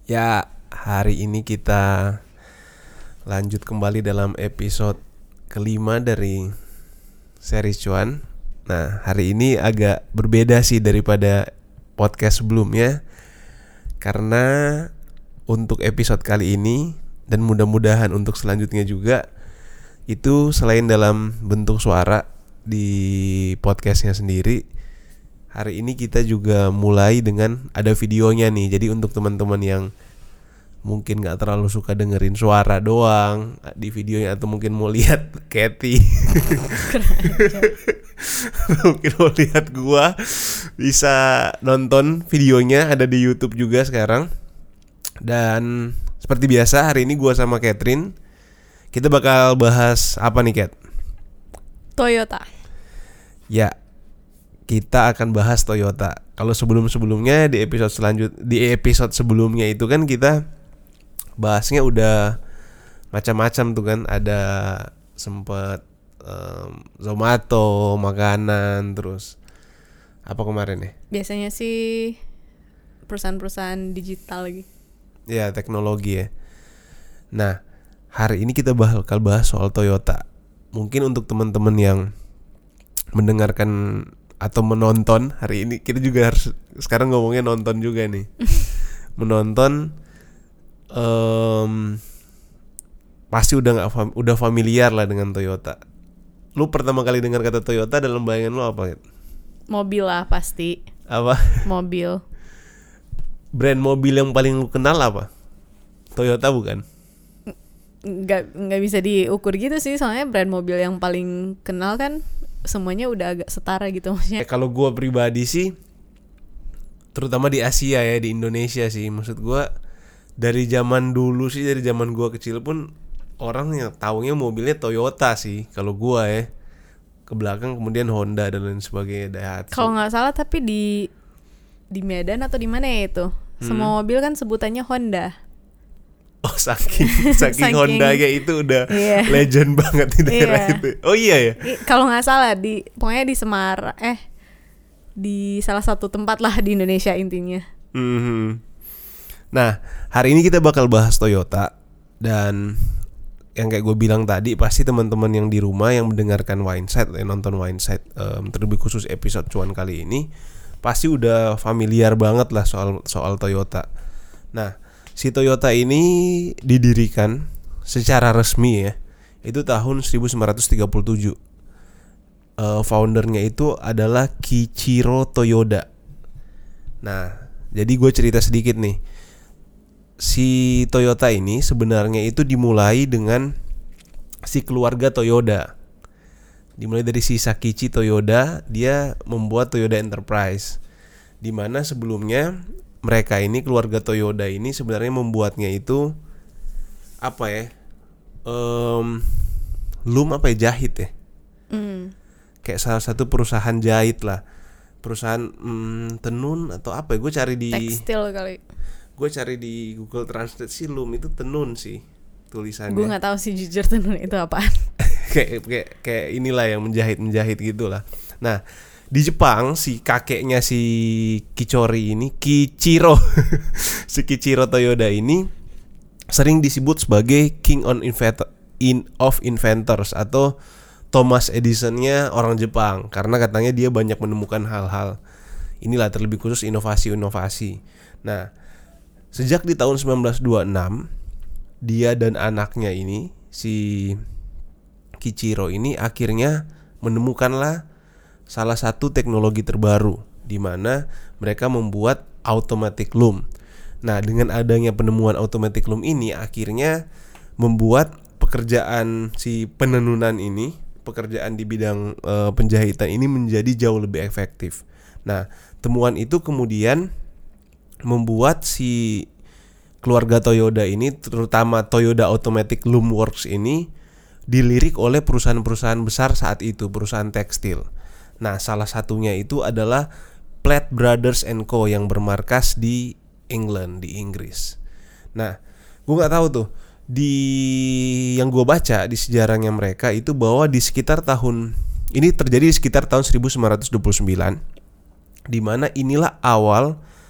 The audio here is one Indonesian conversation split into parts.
Ya, hari ini kita lanjut kembali dalam episode kelima dari series Cuan. Nah, hari ini agak berbeda sih daripada podcast sebelumnya, karena untuk episode kali ini dan mudah-mudahan untuk selanjutnya juga, itu selain dalam bentuk suara di podcastnya sendiri, hari ini kita juga mulai dengan ada videonya nih. Jadi untuk teman-teman yang mungkin gak terlalu suka dengerin suara doang di videonya, atau mungkin mau lihat Kathy mungkin mau lihat gua, bisa nonton videonya, ada di YouTube juga sekarang. Dan seperti biasa hari ini gua sama Catherine, kita bakal bahas apa nih, Kat? Toyota. Ya, kita akan bahas Toyota. Kalau sebelum-sebelumnya di episode sebelumnya itu kan kita bahasnya udah macam-macam tuh kan, ada sempet Zomato, makanan, terus apa kemarin ya? Biasanya sih perusahaan-perusahaan digital lagi. Ya, teknologi ya. Nah, hari ini kita bakal bahas soal Toyota. Mungkin untuk teman-teman yang mendengarkan atau menonton hari ini, kita juga harus sekarang ngomongnya nonton juga nih. Menonton pasti udah familiar lah dengan Toyota. Lu pertama kali dengar kata Toyota dalam bayangan lu apa? Mobil lah pasti. Apa? Mobil. Brand mobil yang paling lu kenal apa? Toyota bukan? Nggak bisa diukur gitu sih, soalnya brand mobil yang paling kenal kan semuanya udah agak setara gitu maksudnya. Kalau gua pribadi sih, terutama di Asia ya, di Indonesia sih, maksud gua dari zaman dulu sih, dari zaman gua kecil pun orang yang taunya mobilnya Toyota sih. Kalau gua ya, ke belakang kemudian Honda dan lain sebagainya, Daihatsu. Kalau nggak salah tapi di Medan atau di mana ya itu, semua mobil kan sebutannya Honda. Oh, saking Honda-nya itu udah legend banget di daerah itu. Oh iya ya. Kalau nggak salah pokoknya di Semarang, di salah satu tempat lah di Indonesia intinya. Nah, hari ini kita bakal bahas Toyota. Dan yang kayak gue bilang tadi, pasti teman-teman yang di rumah yang mendengarkan Windsight, yang nonton Windsight, terlebih khusus episode cuan kali ini, pasti udah familiar banget lah soal Toyota. Nah, si Toyota ini didirikan secara resmi ya, itu tahun 1937. Foundernya itu adalah Kiichiro Toyoda. Nah, jadi gue cerita sedikit nih. Si Toyota ini sebenarnya itu dimulai dengan si keluarga Toyoda. Dimulai dari si Sakichi Toyoda, dia membuat Toyota Enterprise. Dimana sebelumnya mereka ini, keluarga Toyoda ini sebenarnya membuatnya itu apa ya? Loom apa ya, jahit ya? Kayak salah satu perusahaan jahit lah. Perusahaan tenun atau apa ya? Gue cari di tekstil kali. Gue cari di Google Translate sih, loom itu tenun sih tulisannya. Gue nggak tahu sih jujur tenun itu apaan. kayak inilah yang menjahit gitulah. Nah, di Jepang si kakeknya si Kiichiro si Kiichiro Toyoda ini sering disebut sebagai King of Inventors atau Thomas Edisonnya orang Jepang, karena katanya dia banyak menemukan hal-hal inilah, terlebih khusus inovasi-inovasi. Nah, sejak di tahun 1926, dia dan anaknya ini, si Kiichiro ini, akhirnya menemukanlah salah satu teknologi terbaru, di mana mereka membuat automatic loom. Nah, dengan adanya penemuan automatic loom ini, akhirnya membuat pekerjaan si penenunan ini, pekerjaan di bidang penjahitan ini menjadi jauh lebih efektif. Nah, temuan itu kemudian membuat si keluarga Toyoda ini, terutama Toyoda Automatic Loom Works ini, dilirik oleh perusahaan-perusahaan besar saat itu, perusahaan tekstil. Nah, salah satunya itu adalah Platt Brothers & Co yang bermarkas di England, di Inggris. Nah, gue nggak tahu tuh, di yang gue baca di sejarahnya mereka itu, bahwa di sekitar tahun ini terjadi di sekitar tahun 1929, di mana inilah awal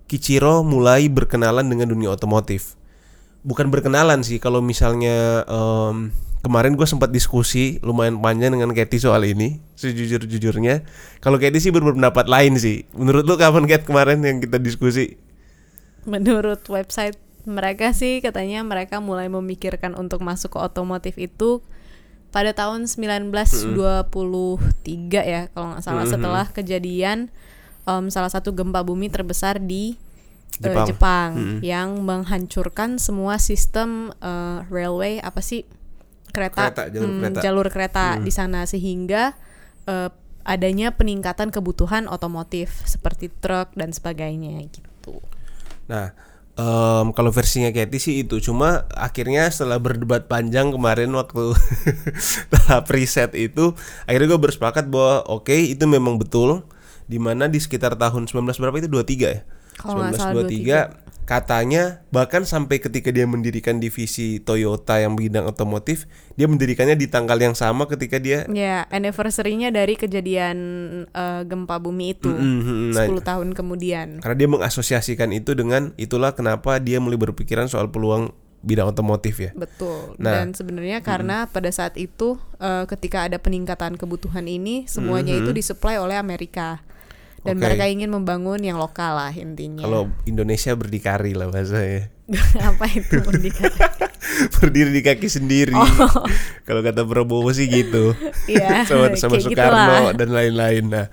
Kiichiro mulai berkenalan dengan dunia otomotif. Bukan berkenalan sih, kalau misalnya kemarin gue sempat diskusi lumayan panjang dengan Katie soal ini. Sejujur-jujurnya, kalau Katie sih berpendapat lain sih. Menurut lu kapan, Kat, kemarin yang kita diskusi? Menurut website mereka sih katanya mereka mulai memikirkan untuk masuk ke otomotif itu pada tahun 1923 ya kalau nggak salah, setelah kejadian salah satu gempa bumi terbesar di Jepang yang menghancurkan semua sistem railway, apa sih, jalur kereta di sana, sehingga adanya peningkatan kebutuhan otomotif seperti truk dan sebagainya gitu. Nah, kalau versinya Katie sih itu, cuma akhirnya setelah berdebat panjang kemarin waktu tahap riset itu, akhirnya gue bersepakat bahwa oke, itu memang betul, dimana di sekitar tahun 19 berapa itu, 23 ya? Kalau nggak salah 23. Katanya bahkan sampai ketika dia mendirikan divisi Toyota yang bidang otomotif, dia mendirikannya di tanggal yang sama ketika dia anniversary-nya dari kejadian gempa bumi itu 10 tahun kemudian. Karena dia mengasosiasikan itu dengan, itulah kenapa dia mulai berpikiran soal peluang bidang otomotif ya. Betul. Dan sebenarnya karena pada saat itu ketika ada peningkatan kebutuhan ini, semuanya itu disuplai oleh Amerika. Dan mereka ingin membangun yang lokal lah intinya. Kalau Indonesia berdikari lah bahasanya. Apa itu berdikari? Berdiri di kaki sendiri. Kalau kata Prabowo sih gitu. Iya, sama Soekarno dan lain-lain. Nah,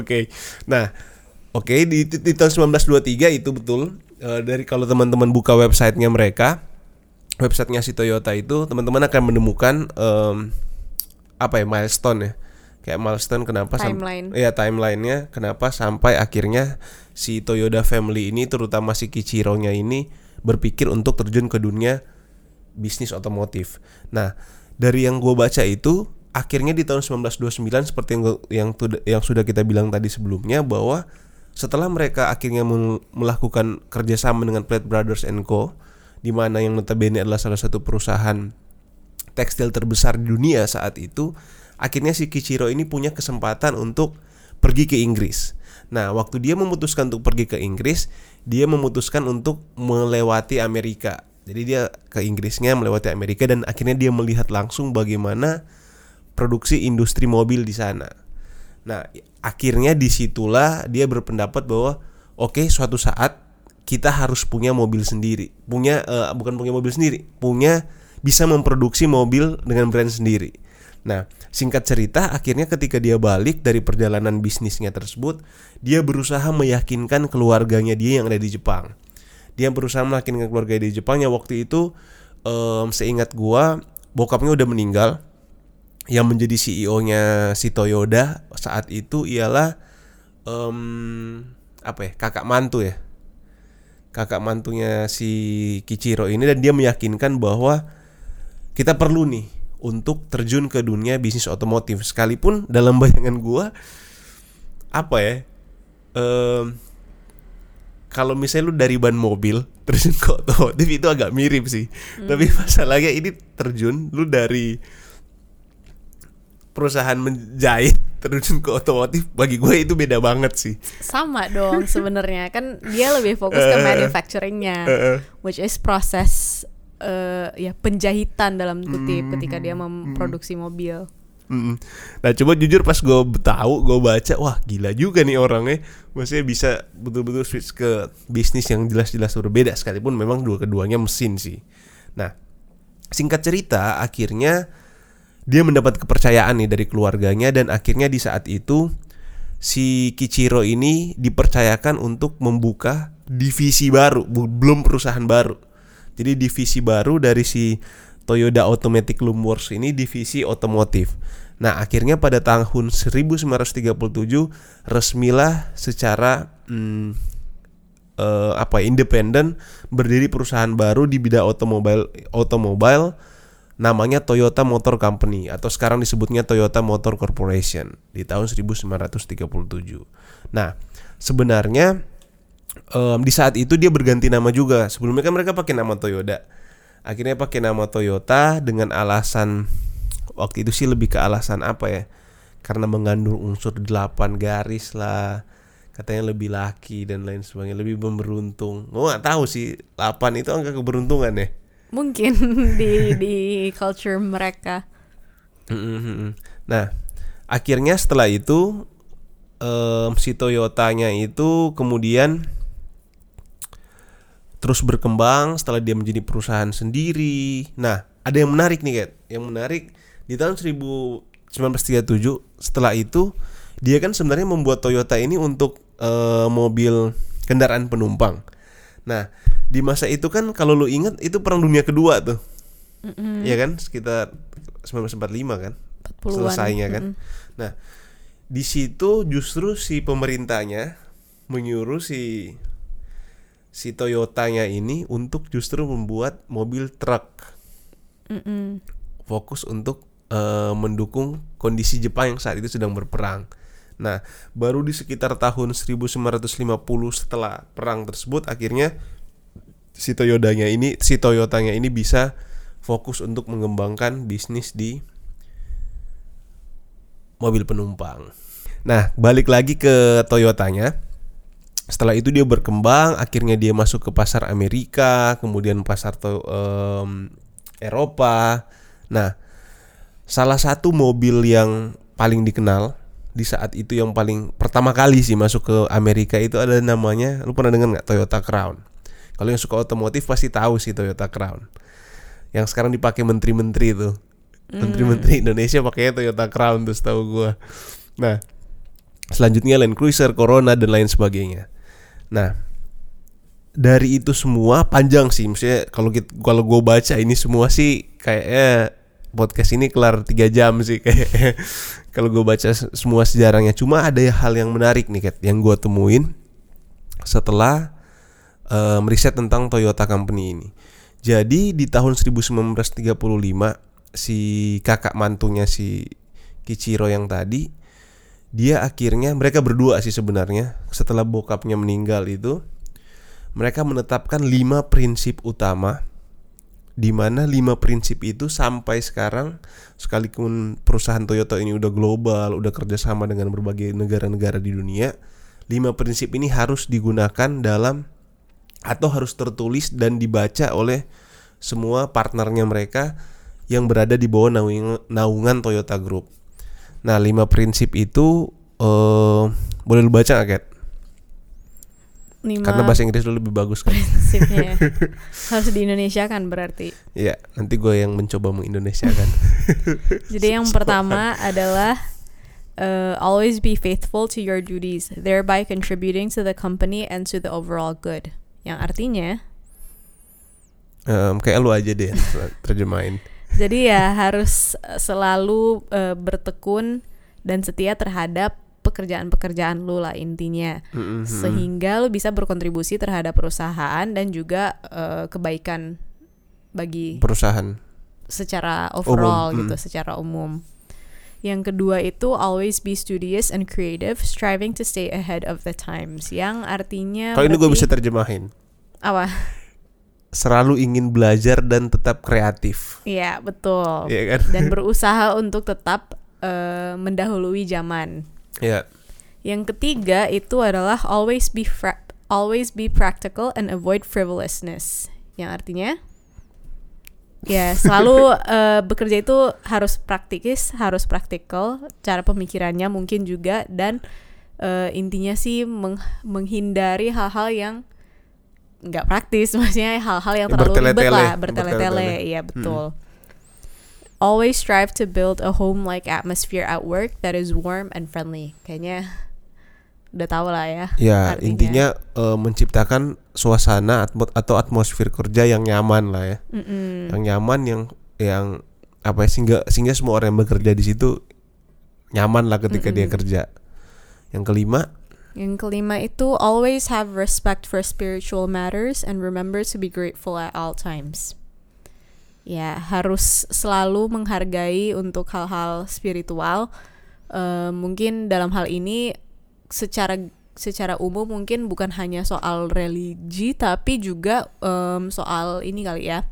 di tahun 1923 itu betul. Dari kalau teman-teman buka websitenya mereka, websitenya si Toyota itu, teman-teman akan menemukan milestone ya. Kayak milestone kenapa timeline-nya kenapa sampai akhirnya si Toyota family ini, terutama si Kiichiro-nya ini, berpikir untuk terjun ke dunia bisnis otomotif. Nah, dari yang gue baca itu, akhirnya di tahun 1929 seperti yang sudah kita bilang tadi sebelumnya, bahwa setelah mereka akhirnya melakukan kerjasama dengan Pratt Brothers & Co, di mana yang notabene adalah salah satu perusahaan tekstil terbesar di dunia saat itu, akhirnya si Kiichiro ini punya kesempatan untuk pergi ke Inggris. Nah, waktu dia memutuskan untuk pergi ke Inggris, dia memutuskan untuk melewati Amerika. Jadi dia ke Inggrisnya melewati Amerika, dan akhirnya dia melihat langsung bagaimana produksi industri mobil di sana. Nah, akhirnya disitulah dia berpendapat bahwa oke, suatu saat kita harus punya mobil sendiri. Bisa memproduksi mobil dengan brand sendiri. Nah, singkat cerita, akhirnya ketika dia balik dari perjalanan bisnisnya tersebut, dia berusaha meyakinkan keluarganya dia yang ada di Jepang. Dia berusaha meyakinkan keluarganya di Jepang yang waktu itu, seingat gua, bokapnya udah meninggal. Yang menjadi CEO-nya si Toyota saat itu ialah kakak mantunya si Kiichiro ini, dan dia meyakinkan bahwa kita perlu nih untuk terjun ke dunia bisnis otomotif. Sekalipun dalam bayangan gua kalau misalnya lu dari ban mobil terjun ke otomotif itu agak mirip sih. Tapi masalahnya ini terjun lu dari perusahaan menjahit terjun ke otomotif, bagi gue itu beda banget sih. Sama dong sebenarnya, kan dia lebih fokus ke manufacturingnya, which is proses penjahitan dalam kutip ketika dia memproduksi mobil. Nah, coba jujur pas gue baca, wah gila juga nih orangnya. Maksudnya bisa betul-betul switch ke bisnis yang jelas-jelas berbeda, sekalipun memang keduanya mesin sih. Nah, singkat cerita, akhirnya dia mendapat kepercayaan nih dari keluarganya, dan akhirnya di saat itu si Kiichiro ini dipercayakan untuk membuka divisi baru, belum perusahaan baru. Jadi divisi baru dari si Toyota Automatic Loom Works ini, divisi otomotif. Nah, akhirnya pada tahun 1937 resmilah secara independen berdiri perusahaan baru di bidang otomobil namanya Toyota Motor Company, atau sekarang disebutnya Toyota Motor Corporation, di tahun 1937. Nah, sebenarnya di saat itu dia berganti nama juga. Sebelumnya kan mereka pakai nama Toyota. Akhirnya pakai nama Toyota dengan alasan, waktu itu sih lebih ke alasan karena mengandung unsur 8 garis lah. katanya lebih laki dan lain sebagainya, lebih beruntung. Gue nggak tahu sih 8 itu angka keberuntungan ya. Mungkin di culture mereka. Nah, akhirnya setelah itu si Toyotanya itu kemudian terus berkembang setelah dia menjadi perusahaan sendiri. Nah, ada yang menarik nih, Kat. Yang menarik di tahun 1937 setelah itu dia kan sebenarnya membuat Toyota ini untuk mobil kendaraan penumpang. Nah, di masa itu kan kalau lu ingat itu Perang Dunia Kedua tuh. Iya kan? Sekitar 1945 kan? 40-an. Selesainya kan. Nah, di situ justru si pemerintahnya menyuruh si Toyotanya ini untuk justru membuat mobil truk. Fokus untuk mendukung kondisi Jepang yang saat itu sedang berperang. Nah, baru di sekitar tahun 1950 setelah perang tersebut akhirnya si Toyotanya ini bisa fokus untuk mengembangkan bisnis di mobil penumpang. Nah, balik lagi ke Toyotanya. Setelah itu dia berkembang, akhirnya dia masuk ke pasar Amerika, kemudian pasar Eropa. Nah, salah satu mobil yang paling dikenal di saat itu, yang paling pertama kali sih masuk ke Amerika itu ada namanya, lu pernah dengar nggak, Toyota Crown? Kalau yang suka otomotif pasti tahu sih Toyota Crown. Yang sekarang dipakai menteri-menteri itu. Menteri-menteri Indonesia pakainya Toyota Crown tuh setahu gue. Nah, selanjutnya Land Cruiser, Corona dan lain sebagainya. Nah, dari itu semua panjang sih. Maksudnya kalau gue baca ini semua sih kayaknya podcast ini kelar 3 jam sih kayaknya. Kalau gue baca semua sejarahnya. Cuma ada hal yang menarik nih, Kat, yang gue temuin setelah meriset tentang Toyota Company ini. Jadi di tahun 1935 si kakak mantunya si Kichiro yang tadi, dia akhirnya, mereka berdua sih sebenarnya, setelah bokapnya meninggal itu, mereka menetapkan 5 prinsip utama, di mana 5 prinsip itu sampai sekarang, sekalipun perusahaan Toyota ini udah global, udah kerjasama dengan berbagai negara-negara di dunia, 5 prinsip ini harus digunakan dalam, atau harus tertulis dan dibaca oleh semua partnernya mereka yang berada di bawah naungan Toyota Group. Nah, 5 prinsip itu boleh lu baca gak, Kat? 5 Karena bahasa Inggris lu lebih bagus kan. prinsipnya harus di Indonesia kan berarti. Iya, nanti gue yang mencoba mengindonesiakan. Jadi yang pertama adalah always be faithful to your duties, thereby contributing to the company and to the overall good. Yang artinya kayak lu aja deh terjemahin. jadi ya harus selalu bertekun dan setia terhadap pekerjaan-pekerjaan lu lah intinya. Sehingga lu bisa berkontribusi terhadap perusahaan dan juga kebaikan bagi perusahaan secara overall gitu, secara umum. Yang kedua itu always be studious and creative, striving to stay ahead of the times. Yang artinya kalau ini gue bisa terjemahin. Apa? Selalu ingin belajar dan tetap kreatif. Iya, betul. Iya kan? Dan berusaha untuk tetap mendahului zaman. Iya. Yang ketiga itu adalah always be practical and avoid frivolousness. Yang artinya ya selalu bekerja itu harus praktis, harus praktikal, cara pemikirannya mungkin juga, dan intinya sih menghindari hal-hal yang nggak praktis, maksudnya hal-hal yang terlalu ribet lah, bertele-tele. Iya, betul. Always strive to build a home-like atmosphere at work that is warm and friendly. Kayaknya udah tahu lah ya. Ya, artinya. intinya menciptakan suasana atau atmosfer kerja yang nyaman lah ya. Yang nyaman, yang apa ya, sehingga semua orang yang bekerja di situ nyaman lah ketika dia kerja. Yang kelima itu always have respect for spiritual matters and remember to be grateful at all times. Ya, harus selalu menghargai untuk hal-hal spiritual. Mungkin dalam hal ini secara umum mungkin bukan hanya soal religi, tapi juga soal ini kali ya,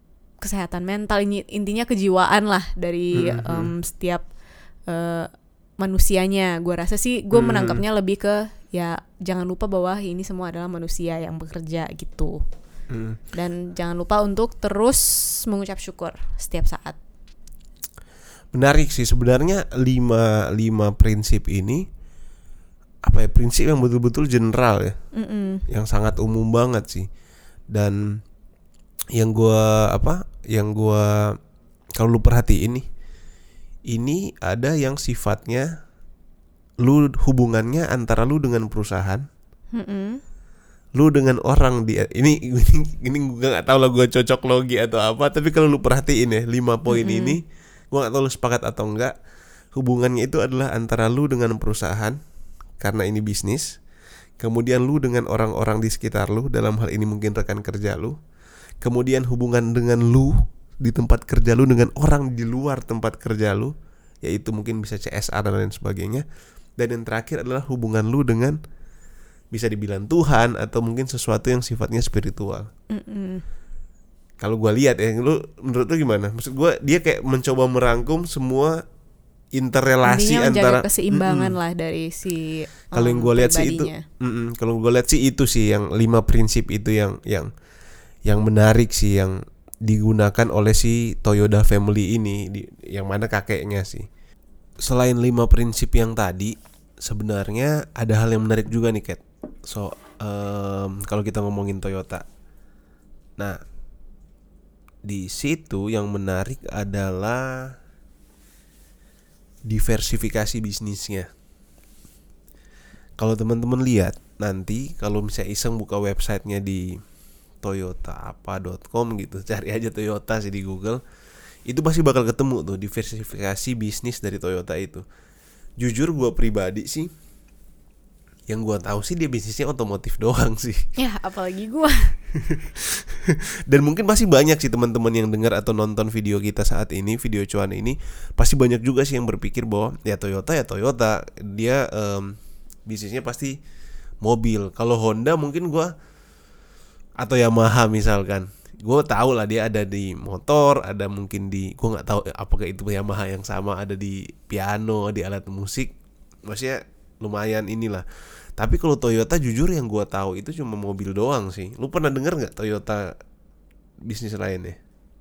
kesehatan mental, intinya kejiwaan lah dari setiap manusianya. Gue rasa sih gue menangkapnya lebih ke ya jangan lupa bahwa ini semua adalah manusia yang bekerja gitu. Dan jangan lupa untuk terus mengucap syukur setiap saat. Menarik sih sebenarnya 5 prinsip ini, apa ya, prinsip yang betul-betul general ya, yang sangat umum banget sih. Dan yang gua kalau lu perhatiin nih, ini ada yang sifatnya lu hubungannya antara lu dengan perusahaan, lu dengan orang di ini gue nggak tahu lah gue cocok logi atau apa, tapi kalau lu perhatiin ya 5 poin ini, gue nggak tahu lu sepakat atau enggak, hubungannya itu adalah antara lu dengan perusahaan karena ini bisnis, kemudian lu dengan orang-orang di sekitar lu, dalam hal ini mungkin rekan kerja lu, kemudian hubungan dengan lu di tempat kerja lu dengan orang di luar tempat kerja lu, yaitu mungkin bisa CSR dan lain sebagainya, dan yang terakhir adalah hubungan lu dengan bisa dibilang Tuhan atau mungkin sesuatu yang sifatnya spiritual. Kalau gue lihat ya, menurut lu gimana? Maksud gue dia kayak mencoba merangkum semua interrelasi intinya antara keseimbangan lah dari si kalau yang gue lihat sih itu kalau gue lihat sih itu sih yang 5 prinsip itu yang menarik sih, yang digunakan oleh si Toyoda family ini, yang mana kakeknya sih. Selain 5 prinsip yang tadi, sebenarnya ada hal yang menarik juga nih, Kat. Kalau kita ngomongin Toyota, nah di situ yang menarik adalah diversifikasi bisnisnya. Kalau teman-teman lihat nanti, kalau misalnya iseng buka websitenya di toyotaapa.com gitu, cari aja Toyota sih di Google, itu pasti bakal ketemu tuh diversifikasi bisnis dari Toyota itu. Jujur gue pribadi sih, yang gue tahu sih dia bisnisnya otomotif doang sih. Ya apalagi gue. Dan mungkin pasti banyak sih teman-teman yang dengar atau nonton video kita saat ini, video cuan ini, pasti banyak juga sih yang berpikir bahwa ya Toyota dia bisnisnya pasti mobil. Kalau Honda mungkin gue, atau Yamaha misalkan, gue tahu lah dia ada di motor, ada mungkin di, gue nggak tahu apakah itu Yamaha yang sama, ada di piano, di alat musik, maksudnya lumayan inilah. Tapi kalau Toyota jujur yang gue tahu itu cuma mobil doang sih. Lu pernah denger nggak Toyota bisnis lainnya?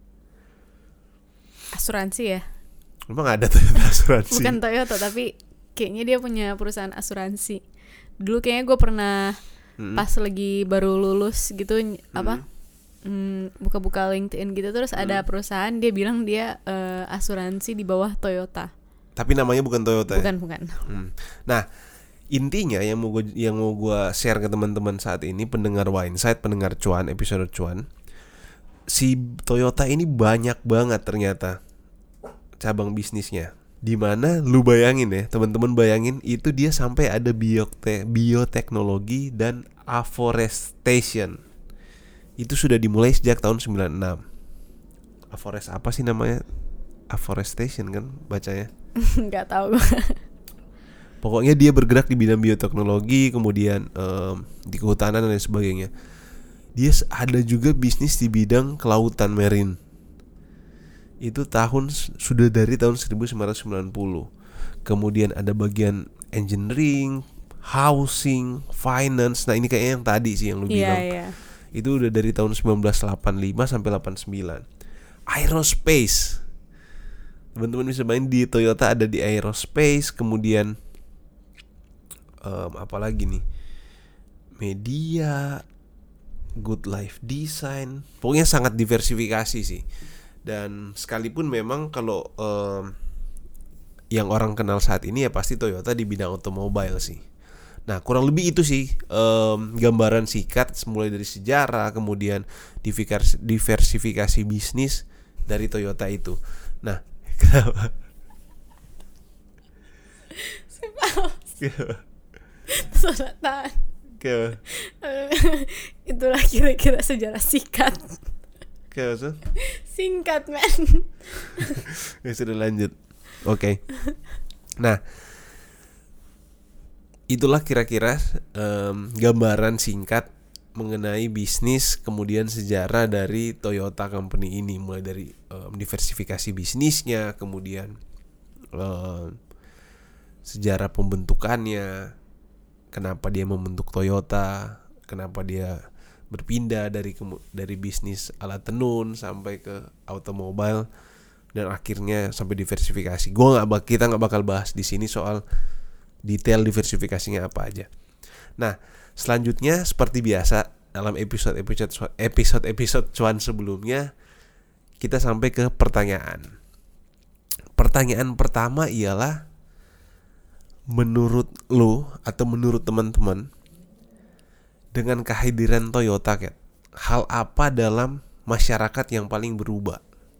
Asuransi ya? Emang ada Toyota asuransi? Bukan Toyota, tapi kayaknya dia punya perusahaan asuransi. Dulu kayaknya gue pernah pas lagi baru lulus gitu buka-buka LinkedIn gitu, terus ada perusahaan dia bilang dia asuransi di bawah Toyota. Tapi namanya bukan Toyota. Bukan. Nah, intinya yang mau gue share ke teman-teman saat ini, pendengar Winesight, pendengar cuan, episode cuan, si Toyota ini banyak banget ternyata cabang bisnisnya. Dimana lu bayangin ya, teman-teman bayangin, itu dia sampai ada bioteknologi dan afforestation. Itu sudah dimulai sejak tahun 96. Afforest apa sih namanya? Afforestation kan bacanya? Nggak tahu. Pokoknya dia bergerak di bidang bioteknologi, kemudian di kehutanan dan lain sebagainya. Dia ada juga bisnis di bidang kelautan, marine. Itu sudah dari tahun 1990. Kemudian ada bagian engineering, housing, finance. Nah ini kayaknya yang tadi sih yang lu bilang. Itu udah dari tahun 1985 sampai 89. Aerospace, teman-teman bisa main di Toyota, ada di aerospace. Kemudian apa lagi nih, media, good life design. Pokoknya sangat diversifikasi sih. Dan sekalipun memang kalau yang orang kenal saat ini ya pasti Toyota di bidang otomobil sih. Nah kurang lebih itu sih gambaran singkat mulai dari sejarah, kemudian diversifikasi bisnis dari Toyota itu. Nah kenapa? Sonatan. Itulah kira-kira sejarah singkat. Singkat men. Ya sudah lanjut. Oke. Nah, itulah kira-kira gambaran singkat mengenai bisnis kemudian sejarah dari Toyota Company ini, mulai dari diversifikasi bisnisnya, kemudian sejarah pembentukannya, kenapa dia membentuk Toyota, kenapa dia berpindah dari bisnis alat tenun sampai ke automobile dan akhirnya sampai diversifikasi. Kita nggak bakal bahas di sini soal detail diversifikasinya apa aja. Nah, selanjutnya seperti biasa dalam episode cuan sebelumnya kita sampai ke pertanyaan. Pertanyaan pertama ialah, menurut lo atau menurut teman-teman, dengan kehadiran Toyota, Kat, hal apa dalam masyarakat yang paling berubah?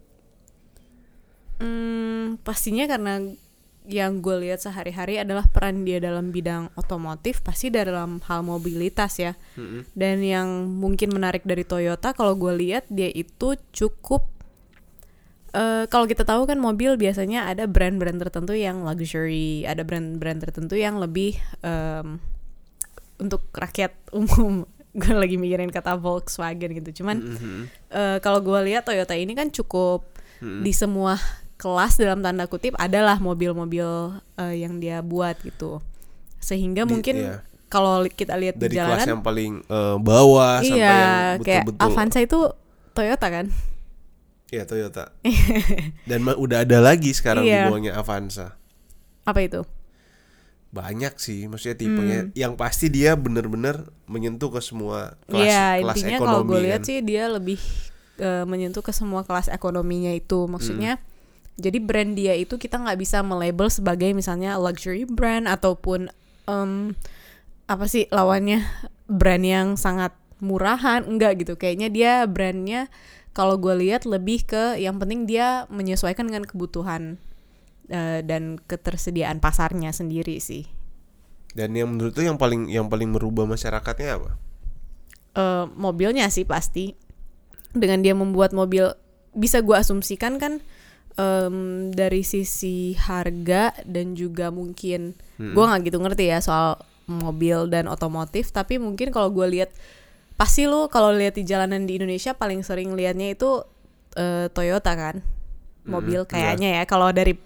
Pastinya karena yang gue lihat sehari-hari adalah peran dia dalam bidang otomotif, pasti dalam hal mobilitas ya. Dan yang mungkin menarik dari Toyota, kalau gue lihat dia itu cukup kalau kita tahu kan mobil biasanya ada brand-brand tertentu yang luxury, ada brand-brand tertentu yang lebih untuk rakyat umum. Gue lagi mikirin kata Volkswagen gitu. Cuman kalau gue lihat Toyota ini kan cukup di semua kelas dalam tanda kutip adalah mobil-mobil yang dia buat gitu. Sehingga mungkin kalau kita lihat di jalanan, dari kelas yang paling bawah sampai yang betul-betul kayak Avanza itu Toyota kan? Iya, Toyota. Dan udah ada lagi sekarang di bawahnya Avanza. Apa itu? Banyak sih, maksudnya tipenya. Yang pasti dia benar-benar menyentuh ke semua kelas intinya ekonomi. Kalau gue lihat sih dia lebih menyentuh ke semua kelas ekonominya itu. Maksudnya jadi brand dia itu kita nggak bisa melabel sebagai misalnya luxury brand ataupun apa sih lawannya brand yang sangat murahan, enggak gitu. Kayaknya dia brandnya kalau gue lihat lebih ke yang penting dia menyesuaikan dengan kebutuhan dan ketersediaan pasarnya sendiri sih. Dan yang menurut lu yang paling merubah masyarakatnya apa? Mobilnya sih pasti. Dengan dia membuat mobil, bisa gue asumsikan kan dari sisi harga dan juga mungkin gue nggak gitu ngerti ya soal mobil dan otomotif, tapi mungkin kalau gue lihat pasti lu kalau lihat di jalanan di Indonesia paling sering liatnya itu Toyota kan mobil kayaknya ya. Kalau dari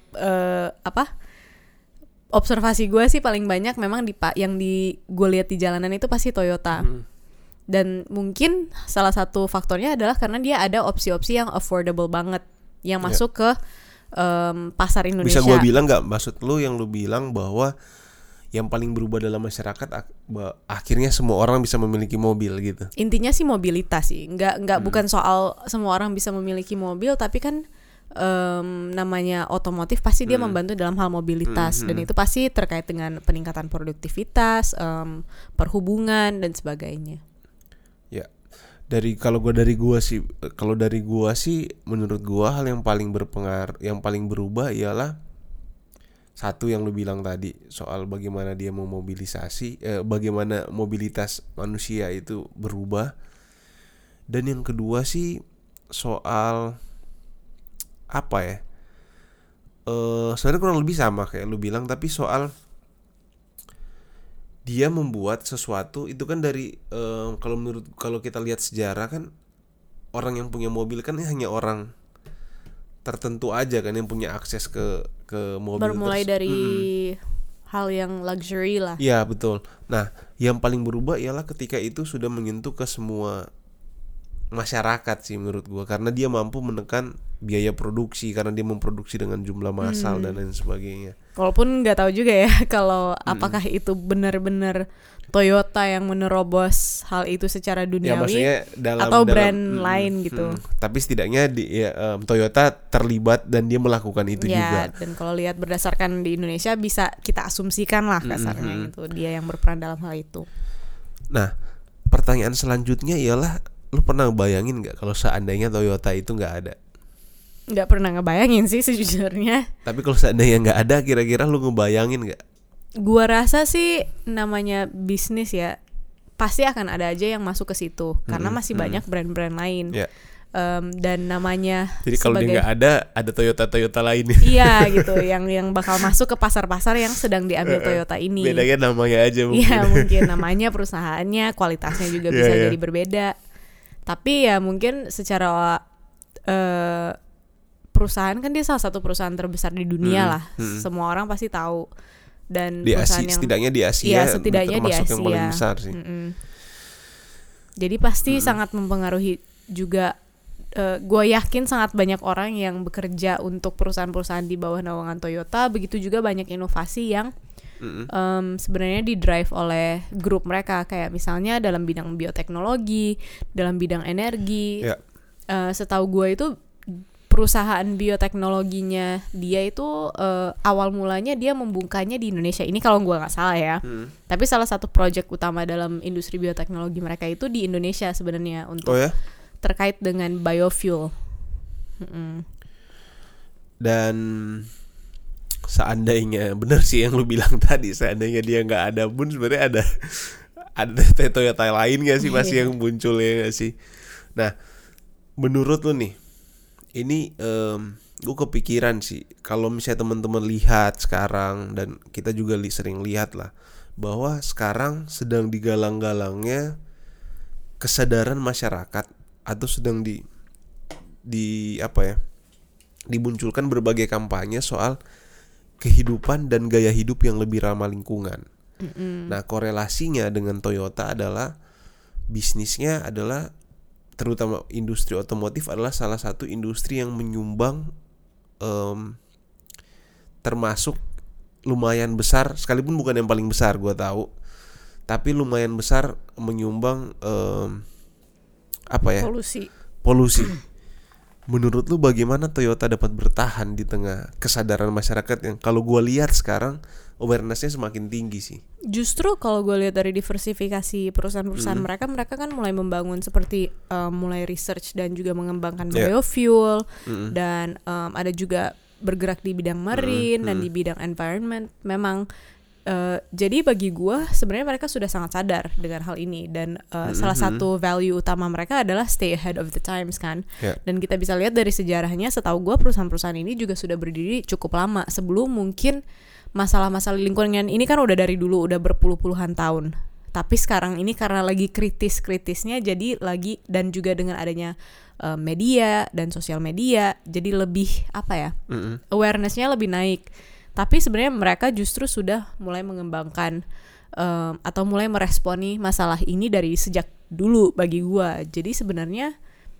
observasi gue sih paling banyak memang yang gue lihat di jalanan itu pasti Toyota. Dan mungkin salah satu faktornya adalah karena dia ada opsi-opsi yang affordable banget yang masuk ke pasar Indonesia. Bisa gue bilang nggak, maksud lu yang lu bilang bahwa yang paling berubah dalam masyarakat akhirnya semua orang bisa memiliki mobil gitu. Intinya sih mobilitas sih, nggak bukan soal semua orang bisa memiliki mobil, tapi kan namanya otomotif pasti dia membantu dalam hal mobilitas dan itu pasti terkait dengan peningkatan produktivitas, perhubungan dan sebagainya. Ya, kalau dari gua sih menurut gua hal yang paling berpengaruh, yang paling berubah ialah satu yang lu bilang tadi soal bagaimana dia memobilisasi, bagaimana mobilitas manusia itu berubah. Dan yang kedua sih soal apa ya? Sebenarnya kurang lebih sama kayak lu bilang, tapi soal dia membuat sesuatu itu kan dari kalau kita lihat sejarah kan orang yang punya mobil kan hanya orang tertentu aja kan yang punya akses ke mobil. Bermulai dari hal yang luxury lah. Iya betul. Nah yang paling berubah ialah ketika itu sudah menyentuh ke semua masyarakat sih menurut gua, karena dia mampu menekan biaya produksi karena dia memproduksi dengan jumlah massal dan lain sebagainya. Walaupun nggak tahu juga ya kalau apakah itu benar-benar Toyota yang menerobos hal itu secara duniawi atau brand lain gitu. Tapi setidaknya Toyota terlibat dan dia melakukan itu juga. Dan kalau lihat berdasarkan di Indonesia bisa kita asumsikan lah kasarnya gitu dia yang berperan dalam hal itu. Nah pertanyaan selanjutnya ialah, lu pernah bayangin nggak kalau seandainya Toyota itu nggak ada? Nggak pernah ngebayangin sih sejujurnya. Tapi kalau seandainya nggak ada, kira-kira lu ngebayangin nggak? Gua rasa sih namanya bisnis ya pasti akan ada aja yang masuk ke situ karena masih banyak brand-brand lain. Dan namanya jadi kalau dia nggak ada Toyota lain. Iya gitu yang bakal masuk ke pasar-pasar yang sedang diambil Toyota ini. Bedanya namanya aja mungkin. Iya mungkin namanya, perusahaannya, kualitasnya juga bisa jadi berbeda. Tapi ya mungkin secara perusahaan kan dia salah satu perusahaan terbesar di dunia lah. Semua orang pasti tahu. dan Di perusahaan Asia, yang setidaknya di Asia, iya, setidaknya di termasuk Asia yang paling besar sih. Jadi pasti sangat mempengaruhi juga. Gue yakin sangat banyak orang yang bekerja untuk perusahaan-perusahaan di bawah naungan Toyota. Begitu juga banyak inovasi yang sebenarnya di drive oleh grup mereka, kayak misalnya dalam bidang bioteknologi, dalam bidang energi. Ya. Setahu gue itu perusahaan bioteknologinya dia itu awal mulanya dia membukanya di Indonesia ini kalau gue nggak salah ya. Tapi salah satu proyek utama dalam industri bioteknologi mereka itu di Indonesia sebenarnya untuk terkait dengan biofuel. Dan seandainya benar sih yang lu bilang tadi, seandainya dia nggak ada pun sebenarnya ada Toyota lain nggak sih pasti yang muncul ya nggak sih. Nah, menurut lu nih, ini gue kepikiran sih kalau misalnya teman-teman lihat sekarang, dan kita juga sering lihat lah, bahwa sekarang sedang digalang-galangnya kesadaran masyarakat, atau sedang dimunculkan berbagai kampanye soal kehidupan dan gaya hidup yang lebih ramah lingkungan. Nah, korelasinya dengan Toyota adalah bisnisnya adalah, terutama industri otomotif adalah salah satu industri yang menyumbang termasuk lumayan besar, sekalipun bukan yang paling besar gue tahu, tapi lumayan besar menyumbang polusi. Menurut lu bagaimana Toyota dapat bertahan di tengah kesadaran masyarakat yang kalau gue lihat sekarang awareness-nya semakin tinggi sih? Justru kalau gue lihat dari diversifikasi perusahaan-perusahaan mereka kan mulai membangun seperti mulai research dan juga mengembangkan biofuel, dan ada juga bergerak di bidang marine dan di bidang environment. Memang jadi bagi gue sebenarnya mereka sudah sangat sadar dengan hal ini, dan salah satu value utama mereka adalah stay ahead of the times kan. Dan kita bisa lihat dari sejarahnya, setahu gue perusahaan-perusahaan ini juga sudah berdiri cukup lama sebelum mungkin masalah-masalah lingkungan ini kan udah dari dulu, udah berpuluh-puluhan tahun. Tapi sekarang ini karena lagi kritis-kritisnya, jadi lagi, dan juga dengan adanya media dan sosial media, jadi lebih awareness-nya lebih naik. Tapi sebenarnya mereka justru sudah mulai mengembangkan atau mulai meresponi masalah ini dari sejak dulu bagi gua. Jadi sebenarnya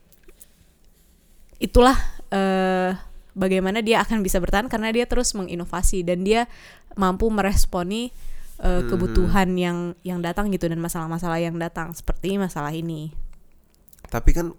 itulah bagaimana dia akan bisa bertahan, karena dia terus menginovasi dan dia mampu meresponi kebutuhan yang datang gitu, dan masalah-masalah yang datang seperti masalah ini. Tapi kan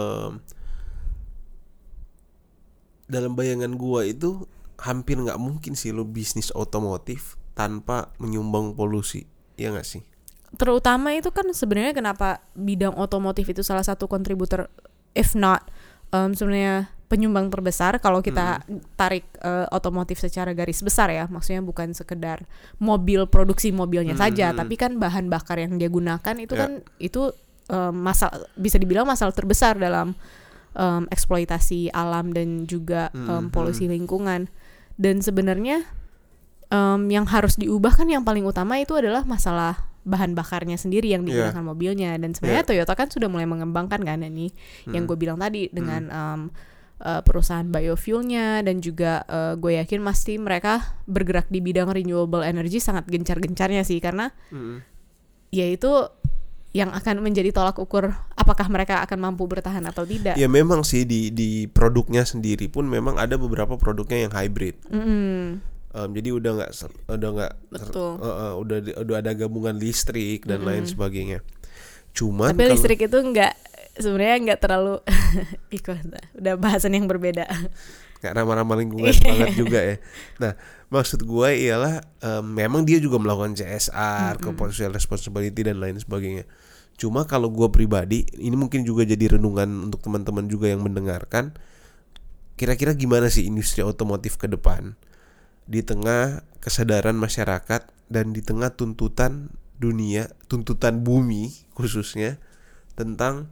dalam bayangan gua itu hampir nggak mungkin sih lo bisnis otomotif tanpa menyumbang polusi, ya nggak sih? Terutama itu kan sebenarnya kenapa bidang otomotif itu salah satu kontributor, if not sebenarnya penyumbang terbesar kalau kita tarik otomotif secara garis besar ya. Maksudnya bukan sekedar produksi mobilnya saja, tapi kan bahan bakar yang dia gunakan itu kan itu masalah, bisa dibilang masalah terbesar dalam eksploitasi alam dan juga polusi lingkungan. Dan sebenarnya yang harus diubah kan yang paling utama itu adalah masalah bahan bakarnya sendiri yang digunakan mobilnya. Dan sebenarnya Toyota kan sudah mulai mengembangkan kan ini yang gue bilang tadi dengan perusahaan biofuelnya, dan juga gue yakin pasti mereka bergerak di bidang renewable energy sangat gencar-gencarnya sih, karena ya itu yang akan menjadi tolak ukur apakah mereka akan mampu bertahan atau tidak. Ya memang sih di produknya sendiri pun memang ada beberapa produknya yang hybrid. Jadi udah ada gabungan listrik dan lain sebagainya. Cuman tapi listrik itu sebenarnya nggak terlalu udah bahasan yang berbeda. Nggak ramah-ramah lingkungan banget juga ya. Nah, maksud gue ialah memang dia juga melakukan CSR, social responsibility dan lain sebagainya. Cuma kalau gue pribadi, ini mungkin juga jadi renungan untuk teman-teman juga yang mendengarkan, kira-kira gimana sih industri otomotif ke depan di tengah kesadaran masyarakat dan di tengah tuntutan dunia, tuntutan bumi khususnya tentang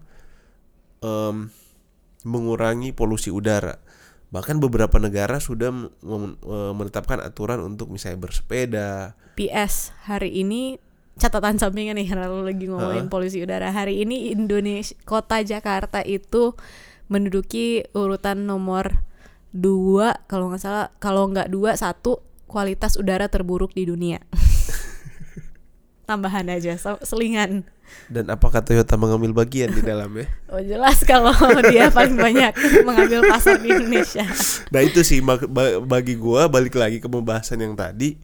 mengurangi polusi udara. Bahkan beberapa negara sudah menetapkan aturan untuk misalnya bersepeda. PS, hari ini catatan sampingan nih karena lo lagi ngomongin polusi udara. Hari ini Indonesia, kota Jakarta itu menduduki urutan nomor 2 kalau nggak salah, kalau nggak 2, 1 kualitas udara terburuk di dunia. Tambahan aja, selingan. Dan apakah Toyota mengambil bagian di dalamnya? Oh jelas kalau dia paling banyak mengambil pasar di Indonesia. Nah itu sih bagi gua, balik lagi ke pembahasan yang tadi,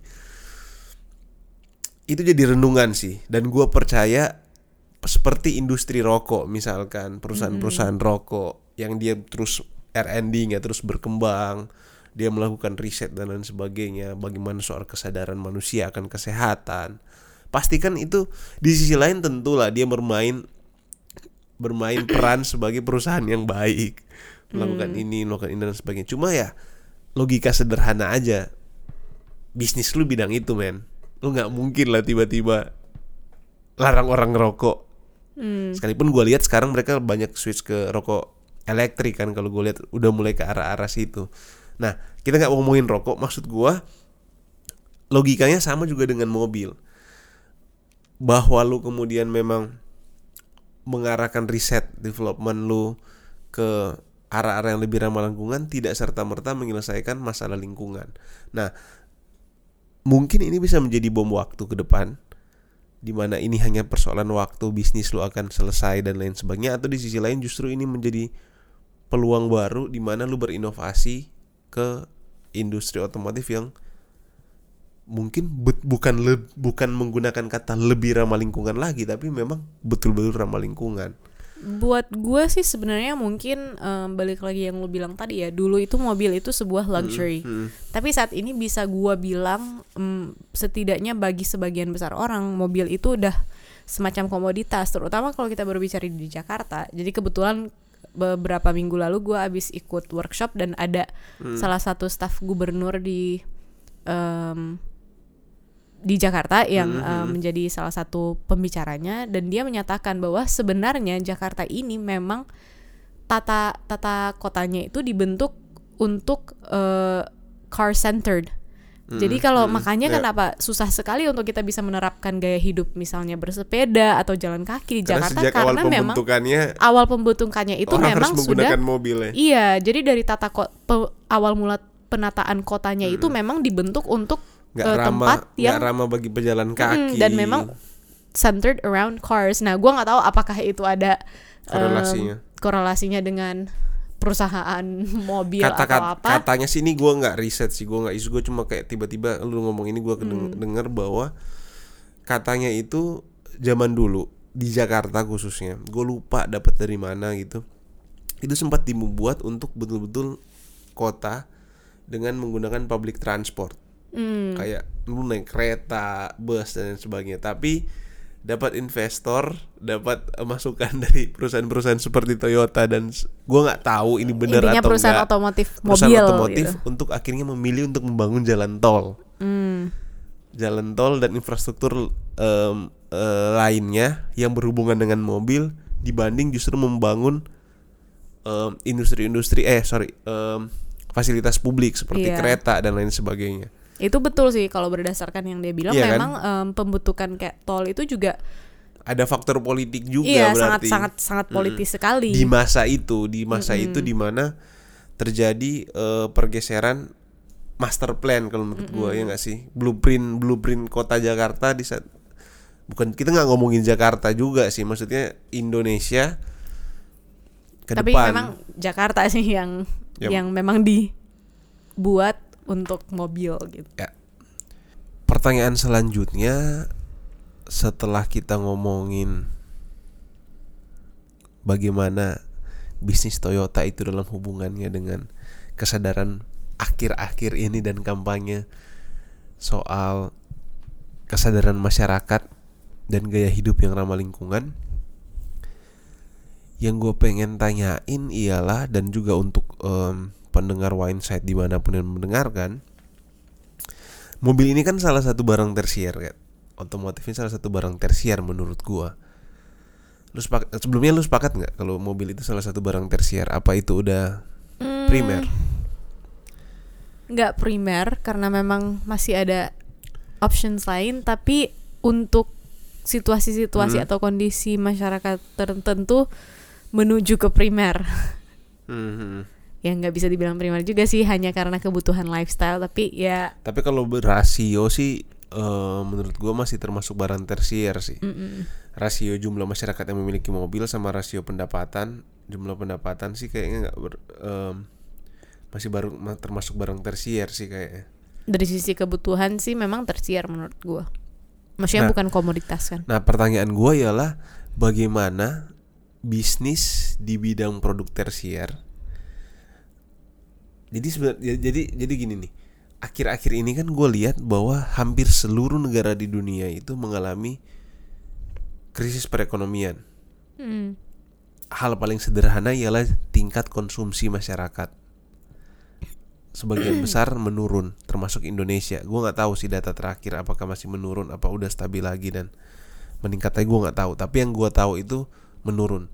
itu jadi renungan sih. Dan gua percaya seperti industri rokok misalkan, perusahaan-perusahaan rokok yang dia terus R&D-nya terus berkembang, dia melakukan riset dan lain sebagainya, bagaimana soal kesadaran manusia akan kesehatan. Pastikan itu di sisi lain tentulah dia bermain peran sebagai perusahaan yang baik, melakukan ini dan sebagainya. Cuma ya logika sederhana aja, bisnis lu bidang itu men, lu nggak mungkin lah tiba-tiba larang orang ngerokok. Sekalipun gue lihat sekarang mereka banyak switch ke rokok elektrik kan, kalau gue lihat udah mulai ke arah-arah situ. Nah kita nggak ngomongin rokok, maksud gue logikanya sama juga dengan mobil. Bahwa lu kemudian memang mengarahkan riset development lu ke arah-arah yang lebih ramah lingkungan tidak serta-merta menyelesaikan masalah lingkungan. Nah, mungkin ini bisa menjadi bom waktu ke depan, di mana ini hanya persoalan waktu bisnis lu akan selesai dan lain sebagainya, atau di sisi lain justru ini menjadi peluang baru di mana lu berinovasi ke industri otomotif yang mungkin bukan menggunakan kata lebih ramah lingkungan lagi, tapi memang betul-betul ramah lingkungan. Buat gue sih sebenarnya mungkin balik lagi yang lu bilang tadi ya, dulu itu mobil itu sebuah luxury. Tapi saat ini bisa gue bilang setidaknya bagi sebagian besar orang mobil itu udah semacam komoditas, terutama kalau kita berbicara di Jakarta. Jadi kebetulan beberapa minggu lalu gue abis ikut workshop dan ada salah satu staf gubernur di Jakarta yang menjadi salah satu pembicaranya, dan dia menyatakan bahwa sebenarnya Jakarta ini memang tata kotanya itu dibentuk untuk car centered. Jadi kalau makanya kenapa susah sekali untuk kita bisa menerapkan gaya hidup misalnya bersepeda atau jalan kaki di Jakarta, karena memang awal pembentukannya itu memang sudah mobil ya. Iya, jadi dari awal mula penataan kotanya itu memang dibentuk untuk tempat yang ramah bagi pejalan kaki dan memang centered around cars. Nah, gue nggak tahu apakah itu ada korelasinya dengan perusahaan mobil atau apa. Katanya sih, ini gue nggak riset sih, gue nggak isu, gue cuma kayak tiba-tiba lu ngomong ini gue denger bahwa katanya itu zaman dulu di Jakarta khususnya, gue lupa dapat dari mana gitu, itu sempat dibuat untuk betul-betul kota dengan menggunakan public transport. Kayak lu naik kereta, bus dan sebagainya, tapi dapat investor, dapat masukan dari perusahaan-perusahaan seperti Toyota, dan gue nggak tahu ini benar atau enggak, perusahaan otomotif mobil gitu, untuk akhirnya memilih untuk membangun jalan tol, jalan tol dan infrastruktur lainnya yang berhubungan dengan mobil, dibanding justru membangun fasilitas publik seperti kereta dan lain sebagainya. Itu betul sih kalau berdasarkan yang dia bilang, memang kan? Pembentukan kayak tol itu juga ada faktor politik juga, berarti sangat politis sekali di masa itu itu di mana terjadi pergeseran master plan kalau menurut gue, ya nggak sih, blueprint kota Jakarta di saat, bukan, kita nggak ngomongin Jakarta juga sih, maksudnya Indonesia ke tapi depan. Memang Jakarta sih yang memang dibuat untuk mobil gitu. Ya. Pertanyaan selanjutnya, setelah kita ngomongin bagaimana bisnis Toyota itu dalam hubungannya dengan kesadaran akhir-akhir ini dan kampanye soal kesadaran masyarakat dan gaya hidup yang ramah lingkungan, yang gue pengen tanyain ialah, dan juga untuk pendengar Wineside dimanapun yang mendengarkan, mobil ini kan salah satu barang tersier kan? Otomotif ini salah satu barang tersier menurut gua. Sebelumnya lu sepakat nggak kalau mobil itu salah satu barang tersier? Apa itu udah primer? Nggak primer, karena memang masih ada options lain, tapi untuk situasi-situasi atau kondisi masyarakat tertentu menuju ke primer. yang nggak bisa dibilang primer juga sih, hanya karena kebutuhan lifestyle, tapi ya. Tapi kalau berasio sih menurut gua masih termasuk barang tersier sih. Rasio jumlah masyarakat yang memiliki mobil sama rasio jumlah pendapatan sih kayaknya masih termasuk barang tersier sih kayaknya. Dari sisi kebutuhan sih memang tersier menurut gue. Maksudnya bukan komoditas kan. Nah, pertanyaan gue ialah bagaimana bisnis di bidang produk tersier. Jadi gini nih. Akhir-akhir ini kan gue lihat bahwa hampir seluruh negara di dunia itu mengalami krisis perekonomian. Hal paling sederhana ialah tingkat konsumsi masyarakat. Sebagian besar menurun, termasuk Indonesia. Gue nggak tahu sih data terakhir apakah masih menurun, apa udah stabil lagi dan meningkat lagi, gue nggak tahu. Tapi yang gue tahu itu menurun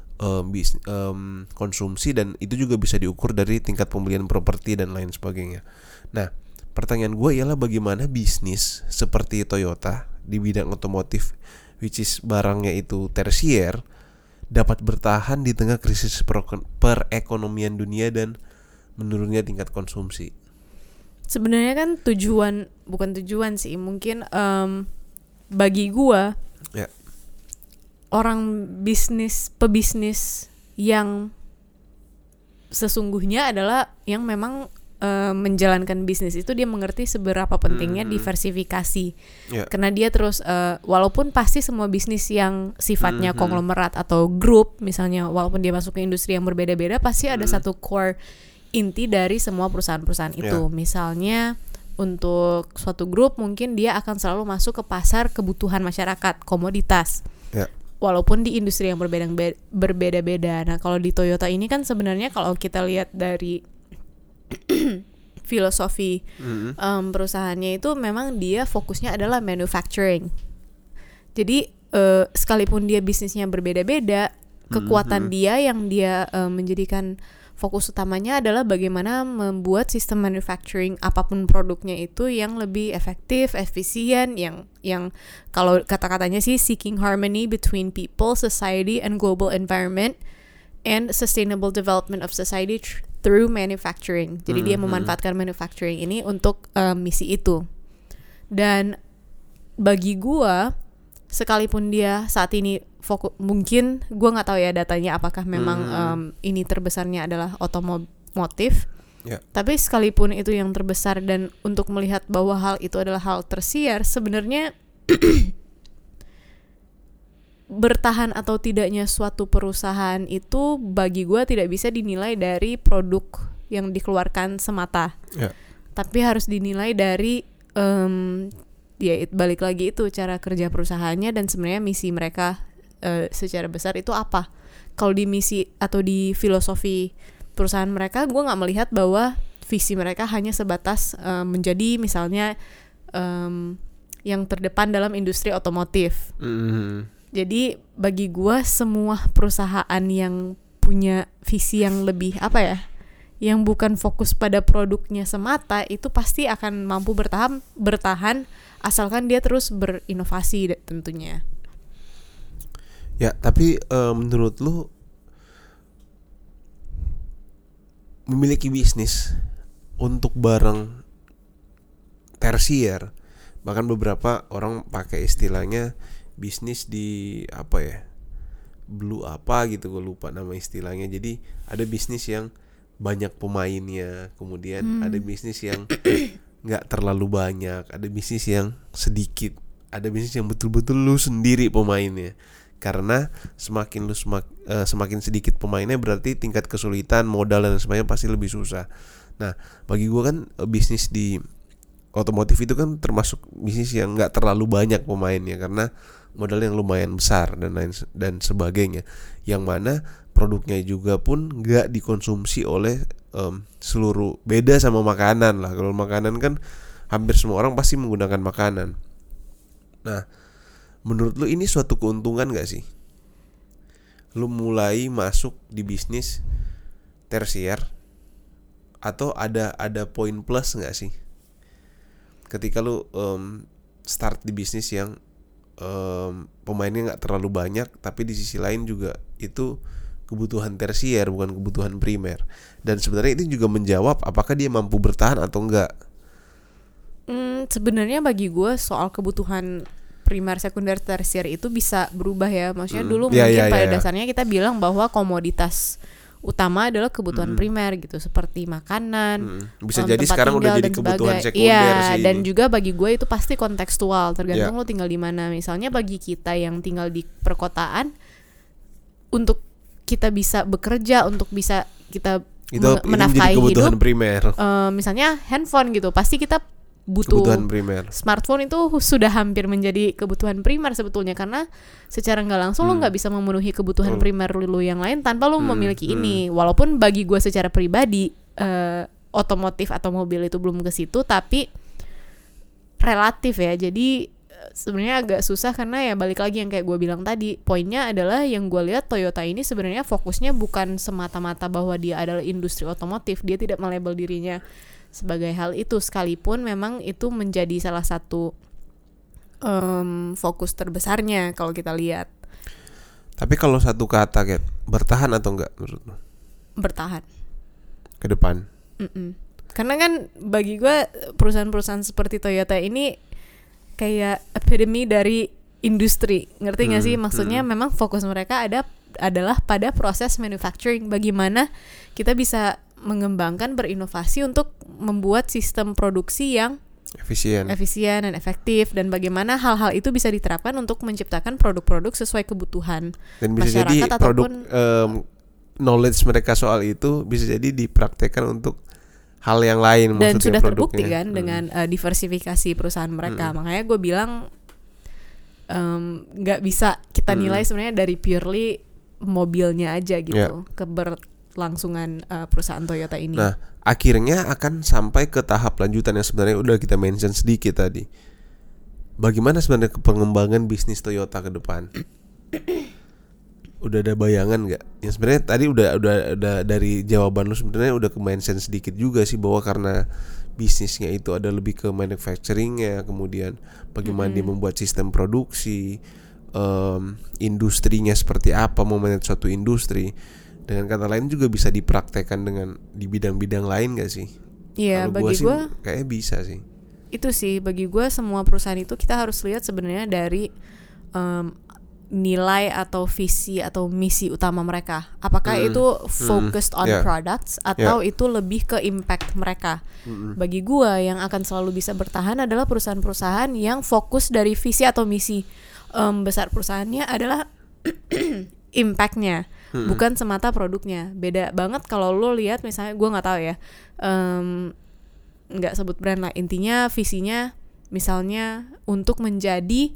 konsumsi, dan itu juga bisa diukur dari tingkat pembelian properti dan lain sebagainya. Nah, pertanyaan gue ialah bagaimana bisnis seperti Toyota di bidang otomotif, which is barangnya itu tersier, dapat bertahan di tengah krisis perekonomian dunia dan menurunnya tingkat konsumsi. Sebenarnya kan bukan tujuan sih, mungkin bagi gua orang pebisnis yang sesungguhnya adalah yang memang menjalankan bisnis itu dia mengerti seberapa pentingnya diversifikasi. Karena dia terus walaupun pasti semua bisnis yang sifatnya konglomerat atau grup, misalnya walaupun dia masuk ke industri yang berbeda-beda, pasti ada satu core inti dari semua perusahaan-perusahaan itu. Misalnya untuk suatu grup mungkin dia akan selalu masuk ke pasar kebutuhan masyarakat, komoditas. Walaupun di industri yang berbeda-beda. Nah, kalau di Toyota ini kan sebenarnya kalau kita lihat dari filosofi perusahaannya itu memang dia fokusnya adalah manufacturing. Jadi sekalipun dia bisnisnya berbeda-beda, kekuatan dia yang dia menjadikan fokus utamanya adalah bagaimana membuat sistem manufacturing apapun produknya itu yang lebih efektif, efisien, yang kalau kata-katanya sih seeking harmony between people, society, and global environment, and sustainable development of society through manufacturing. Jadi dia memanfaatkan manufacturing ini untuk misi itu. Dan bagi gua, sekalipun dia saat ini mungkin gue nggak tahu ya datanya apakah memang ini terbesarnya adalah otomotif, tapi sekalipun itu yang terbesar dan untuk melihat bahwa hal itu adalah hal tersier, sebenarnya bertahan atau tidaknya suatu perusahaan itu bagi gue tidak bisa dinilai dari produk yang dikeluarkan semata, tapi harus dinilai dari balik lagi itu cara kerja perusahaannya dan sebenarnya misi mereka secara besar itu apa. Kalau di misi atau di filosofi perusahaan mereka, gue nggak melihat bahwa visi mereka hanya sebatas menjadi misalnya yang terdepan dalam industri otomotif. Jadi bagi gue semua perusahaan yang punya visi yang lebih yang bukan fokus pada produknya semata, itu pasti akan mampu bertahan asalkan dia terus berinovasi tentunya. Ya, tapi menurut lu memiliki bisnis untuk barang tersier, bahkan beberapa orang pakai istilahnya bisnis di blue gitu, gue lupa nama istilahnya. Jadi ada bisnis yang banyak pemainnya, kemudian ada bisnis yang nggak terlalu banyak, ada bisnis yang sedikit, ada bisnis yang betul-betul lu sendiri pemainnya. Karena semakin sedikit pemainnya berarti tingkat kesulitan, modal dan sebagainya pasti lebih susah. Nah, bagi gue kan bisnis di otomotif itu kan termasuk bisnis yang nggak terlalu banyak pemainnya karena modal yang lumayan besar dan sebagainya. Yang mana produknya juga pun nggak dikonsumsi oleh seluruh, beda sama makanan lah. Kalau makanan kan hampir semua orang pasti menggunakan makanan. Nah, menurut lu ini suatu keuntungan gak sih? Lu mulai masuk di bisnis tersier, atau ada poin plus gak sih? Ketika lu start di bisnis yang pemainnya gak terlalu banyak, tapi di sisi lain juga itu kebutuhan tersier, bukan kebutuhan primer. Dan sebenarnya itu juga menjawab apakah dia mampu bertahan atau enggak. Sebenarnya bagi gue soal kebutuhan primer, sekunder, tersier itu bisa berubah ya. Maksudnya dulu mungkin pada dasarnya kita bilang bahwa komoditas utama adalah kebutuhan primer gitu, seperti makanan, bisa jadi sekarang udah jadi kebutuhan sekunder iya, sih. Dan juga bagi gue itu pasti kontekstual, tergantung lo tinggal di mana. Misalnya bagi kita yang tinggal di perkotaan, untuk kita bisa bekerja, untuk bisa kita menafkahi kebutuhan hidup, primer. Misalnya handphone gitu, pasti kita butuh kebutuhan primer. Smartphone itu sudah hampir menjadi kebutuhan primer sebetulnya, karena secara nggak langsung lo nggak bisa memenuhi kebutuhan primer lo yang lain tanpa lo memiliki ini. Walaupun bagi gue secara pribadi otomotif atau mobil itu belum ke situ, tapi relatif ya. Jadi sebenarnya agak susah karena ya balik lagi yang kayak gue bilang tadi, poinnya adalah yang gue lihat Toyota ini sebenarnya fokusnya bukan semata-mata bahwa dia adalah industri otomotif. Dia tidak melabel dirinya sebagai hal itu, sekalipun memang itu menjadi salah satu fokus terbesarnya kalau kita lihat. Tapi kalau satu kata, Kat, bertahan atau enggak menurutmu? Bertahan Ke depan. Karena kan bagi gue perusahaan-perusahaan seperti Toyota ini kayak epitome dari industri, ngerti nggak sih? Maksudnya memang fokus mereka adalah pada proses manufacturing. Bagaimana kita bisa mengembangkan, berinovasi untuk membuat sistem produksi yang efisien dan efektif, dan bagaimana hal-hal itu bisa diterapkan untuk menciptakan produk-produk sesuai kebutuhan dan bisa masyarakat jadi ataupun knowledge mereka soal itu bisa jadi dipraktekkan untuk hal yang lain. Dan sudah produknya terbukti kan dengan diversifikasi perusahaan mereka. Makanya gue bilang nggak bisa kita nilai sebenarnya dari purely mobilnya aja gitu, keberlangsungan perusahaan Toyota ini. Nah, akhirnya akan sampai ke tahap lanjutan yang sebenarnya udah kita mention sedikit tadi. Bagaimana sebenarnya pengembangan bisnis Toyota ke depan? Udah ada bayangan nggak? Yang sebenarnya tadi udah dari jawaban lu sebenarnya udah ke-mention sedikit juga sih, bahwa karena bisnisnya itu ada lebih ke manufacturingnya, kemudian bagaimana dia membuat sistem produksi, industrinya seperti apa, memanage suatu industri. Dengan kata lain juga bisa dipraktekkan dengan di bidang-bidang lain nggak sih? Iya, bagi gue kayaknya bisa sih. Itu sih bagi gue, semua perusahaan itu kita harus lihat sebenarnya dari nilai atau visi atau misi utama mereka. Apakah itu focused on products atau itu lebih ke impact mereka. Bagi gua yang akan selalu bisa bertahan adalah perusahaan-perusahaan yang fokus dari visi atau misi besar perusahaannya adalah impactnya, bukan semata produknya. Beda banget kalau lo lihat misalnya, gua nggak tahu ya, nggak sebut brand lah, intinya visinya misalnya untuk menjadi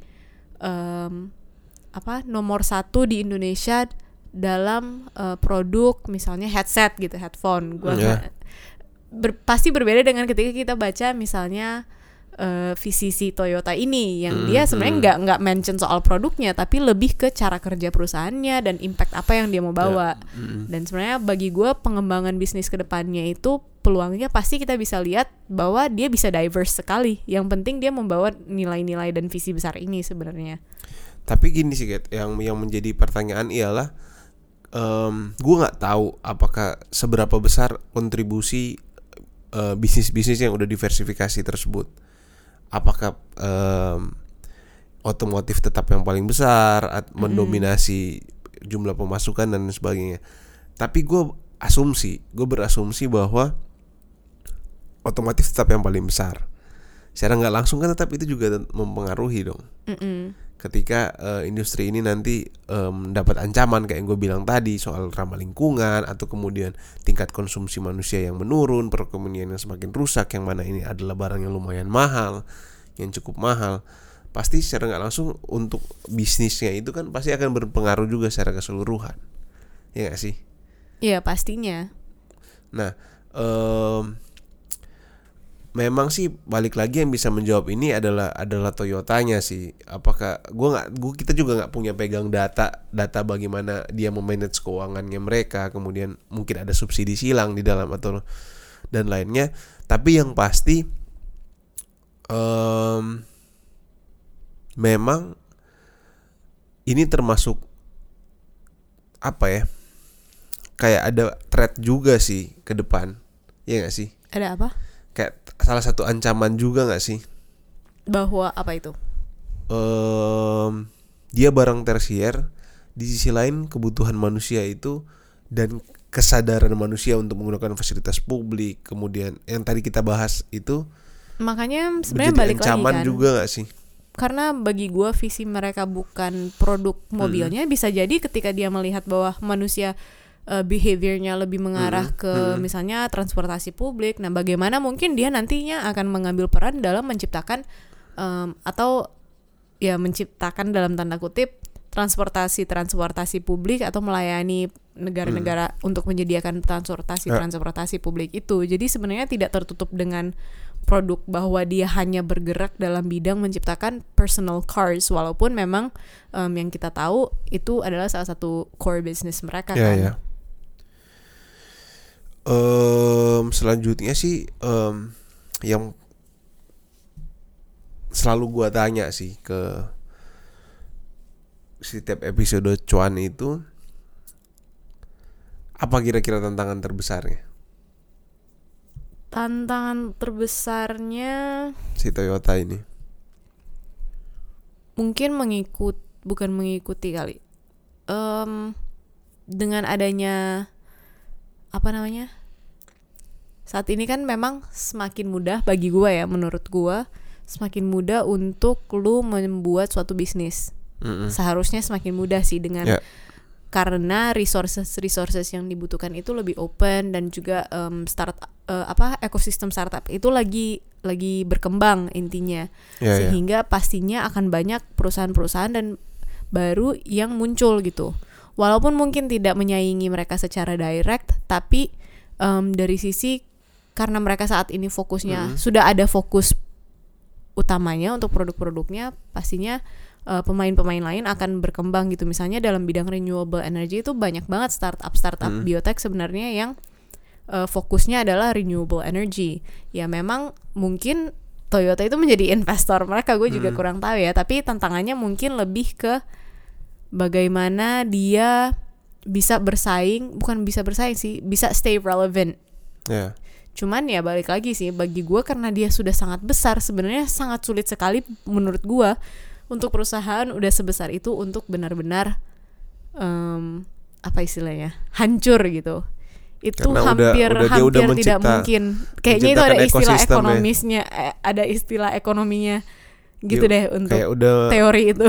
nomor 1 di Indonesia dalam produk misalnya headset gitu, headphone. Pasti berbeda dengan ketika kita baca misalnya visi si Toyota ini yang dia sebenarnya nggak mention soal produknya, tapi lebih ke cara kerja perusahaannya dan impact apa yang dia mau bawa. Dan sebenarnya bagi gue pengembangan bisnis kedepannya itu peluangnya pasti kita bisa lihat bahwa dia bisa diverse sekali. Yang penting dia membawa nilai-nilai dan visi besar ini sebenarnya. Tapi gini sih, Kat, yang menjadi pertanyaan ialah gue nggak tahu apakah seberapa besar kontribusi bisnis-bisnis yang udah diversifikasi tersebut. Apakah otomotif tetap yang paling besar, mendominasi jumlah pemasukan dan sebagainya. Tapi gue berasumsi bahwa otomotif tetap yang paling besar. Secara nggak langsung kan tetap itu juga mempengaruhi dong. Ketika industri ini nanti mendapat ancaman kayak yang gue bilang tadi soal ramah lingkungan, atau kemudian tingkat konsumsi manusia yang menurun, perekonomian yang semakin rusak, yang mana ini adalah barang yang lumayan mahal, yang cukup mahal, pasti secara nggak langsung untuk bisnisnya itu kan pasti akan berpengaruh juga secara keseluruhan, ya nggak sih? Iya pastinya. Nah, memang sih balik lagi yang bisa menjawab ini adalah Toyotanya sih. Apakah kita juga nggak punya pegang data bagaimana dia memanage keuangannya mereka, kemudian mungkin ada subsidi silang di dalam atau dan lainnya. Tapi yang pasti memang ini termasuk apa ya? kayak ada threat juga sih ke depan. Iya gak sih? Ada apa? Kayak salah satu ancaman juga gak sih? Bahwa apa itu? Dia barang tersier. Di sisi lain kebutuhan manusia itu dan kesadaran manusia untuk menggunakan fasilitas publik, kemudian yang tadi kita bahas itu, makanya sebenarnya menjadi balik lagi ancaman kan. juga gak sih? Karena bagi gue visi mereka bukan produk mobilnya, bisa jadi ketika dia melihat bahwa manusia behaviornya lebih mengarah ke misalnya transportasi publik. Nah, bagaimana mungkin dia nantinya akan mengambil peran dalam menciptakan atau ya menciptakan dalam tanda kutip transportasi publik atau melayani negara-negara untuk menyediakan transportasi publik itu. Jadi sebenarnya tidak tertutup dengan produk bahwa dia hanya bergerak dalam bidang menciptakan personal cars, walaupun memang yang kita tahu itu adalah salah satu core business mereka kan. Ya. Selanjutnya sih yang selalu gua tanya sih ke setiap episode cuan itu, apa kira-kira tantangan terbesarnya? Tantangan terbesarnya si Toyota ini mungkin bukan mengikuti kali. Dengan adanya apa namanya? Saat ini kan memang semakin mudah bagi gua ya, menurut gua semakin mudah untuk lu membuat suatu bisnis. Seharusnya semakin mudah sih dengan karena resources yang dibutuhkan itu lebih open, dan juga ekosistem startup itu lagi berkembang intinya. Sehingga pastinya akan banyak perusahaan-perusahaan dan baru yang muncul gitu. Walaupun mungkin tidak menyaingi mereka secara direct, tapi dari sisi karena mereka saat ini fokusnya sudah ada fokus utamanya untuk produk-produknya, pastinya pemain-pemain lain akan berkembang gitu. Misalnya dalam bidang renewable energy itu banyak banget startup biotech sebenarnya yang fokusnya adalah renewable energy. Ya memang mungkin Toyota itu menjadi investor mereka, gue juga kurang tahu ya. Tapi tantangannya mungkin lebih ke bagaimana dia bisa stay relevant. Cuman ya balik lagi sih, bagi gue karena dia sudah sangat besar, sebenarnya sangat sulit sekali menurut gue untuk perusahaan udah sebesar itu untuk benar-benar apa istilahnya, hancur gitu. Itu karena hampir udah tidak mungkin. Kayaknya itu ada istilah ekonomisnya, ada istilah ekonominya gitu deh untuk teori itu.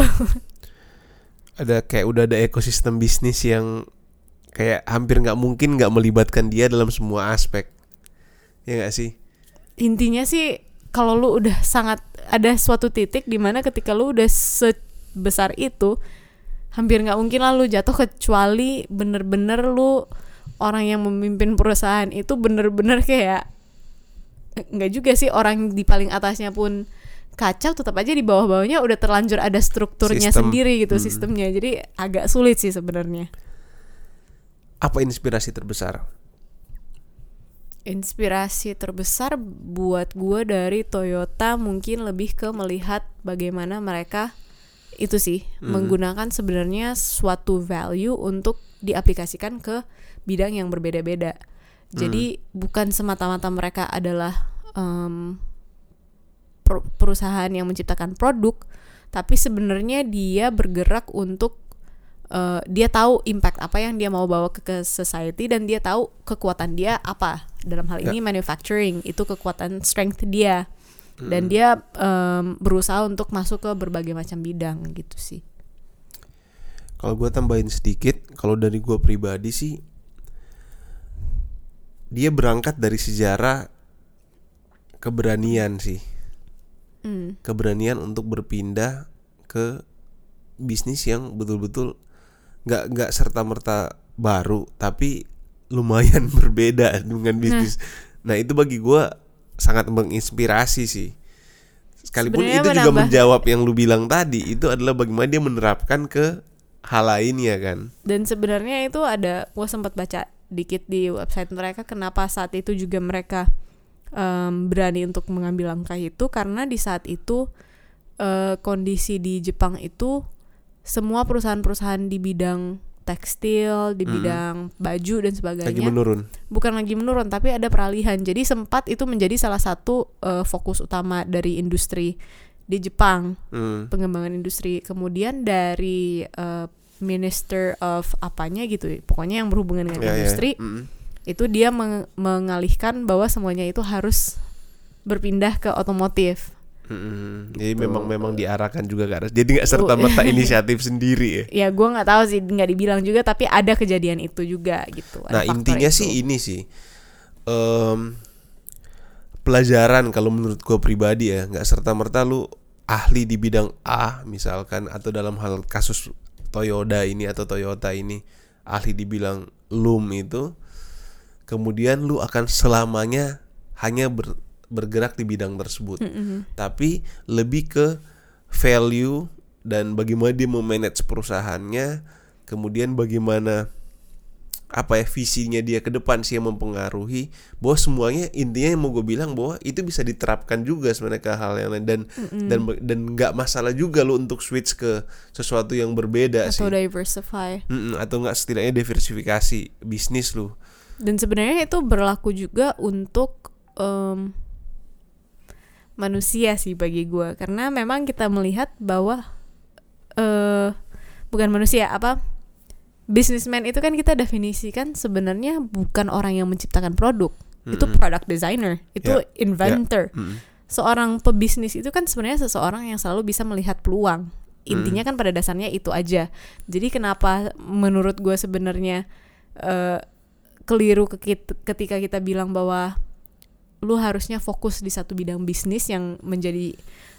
Udah ada ekosistem bisnis yang kayak hampir nggak mungkin nggak melibatkan dia dalam semua aspek. Ya nggak sih? Intinya sih kalau lu udah sangat ada suatu titik di mana ketika lu udah sebesar itu, hampir nggak mungkin lah lu jatuh, kecuali bener-bener lu orang yang memimpin perusahaan itu bener-bener kayak, nggak juga sih, orang di paling atasnya pun kacau, tetap aja di bawah-bawahnya udah terlanjur ada strukturnya sendiri gitu, sistemnya. Jadi agak sulit sih sebenarnya. Apa inspirasi terbesar? Inspirasi terbesar buat gue dari Toyota mungkin lebih ke melihat bagaimana mereka itu sih menggunakan sebenarnya suatu value untuk diaplikasikan ke bidang yang berbeda-beda. Jadi bukan semata-mata mereka adalah perusahaan yang menciptakan produk, tapi sebenarnya dia bergerak untuk dia tahu impact apa yang dia mau bawa ke society, dan dia tahu kekuatan dia apa. Dalam hal ini manufacturing itu kekuatan strength dia, dan dia berusaha untuk masuk ke berbagai macam bidang gitu sih. Kalau gue tambahin sedikit, kalau dari gue pribadi sih, dia berangkat dari sejarah keberanian sih, keberanian untuk berpindah ke bisnis yang betul-betul nggak serta-merta baru, tapi lumayan berbeda dengan bisnis. Nah itu bagi gue sangat menginspirasi sih. Sekalipun sebenarnya itu juga menjawab yang lu bilang tadi, itu adalah bagaimana dia menerapkan ke hal lainnya kan. Dan sebenarnya itu ada, gue sempat baca dikit di website mereka, kenapa saat itu juga mereka berani untuk mengambil langkah itu, karena di saat itu kondisi di Jepang itu semua perusahaan-perusahaan di bidang tekstil, di bidang baju dan sebagainya. Lagi menurun. Bukan lagi menurun, tapi ada peralihan. Jadi sempat itu menjadi salah satu fokus utama dari industri di Jepang, pengembangan industri. Kemudian dari Minister of apanya gitu, pokoknya yang berhubungan dengan industri, itu dia mengalihkan bahwa semuanya itu harus berpindah ke otomotif. Jadi memang diarahkan juga ke arah. Jadi nggak serta merta inisiatif sendiri ya. Ya gue nggak tahu sih, nggak dibilang juga, tapi ada kejadian itu juga gitu. Nah intinya itu sih ini sih pelajaran kalau menurut gue pribadi ya, nggak serta merta lu ahli di bidang A misalkan, atau dalam hal kasus Toyota ini atau Toyota ini ahli di bidang loom itu, kemudian lu akan selamanya hanya bergerak di bidang tersebut. Tapi lebih ke value dan bagaimana dia memanage perusahaannya, kemudian bagaimana visinya dia ke depan sih yang mempengaruhi. Bahwa semuanya intinya yang mau gue bilang bahwa itu bisa diterapkan juga sebenarnya ke hal yang lain, dan nggak masalah juga lo untuk switch ke sesuatu yang berbeda atau sih. Diversify. Atau nggak setidaknya diversifikasi bisnis lo. Dan sebenarnya itu berlaku juga untuk manusia sih bagi gue, karena memang kita melihat bahwa bukan manusia, businessman itu kan kita definisikan sebenarnya bukan orang yang menciptakan produk, itu product designer, itu inventor. Seorang pebisnis itu kan sebenarnya seseorang yang selalu bisa melihat peluang. Intinya kan pada dasarnya itu aja. Jadi kenapa menurut gue sebenarnya keliru ketika kita bilang bahwa lu harusnya fokus di satu bidang bisnis yang menjadi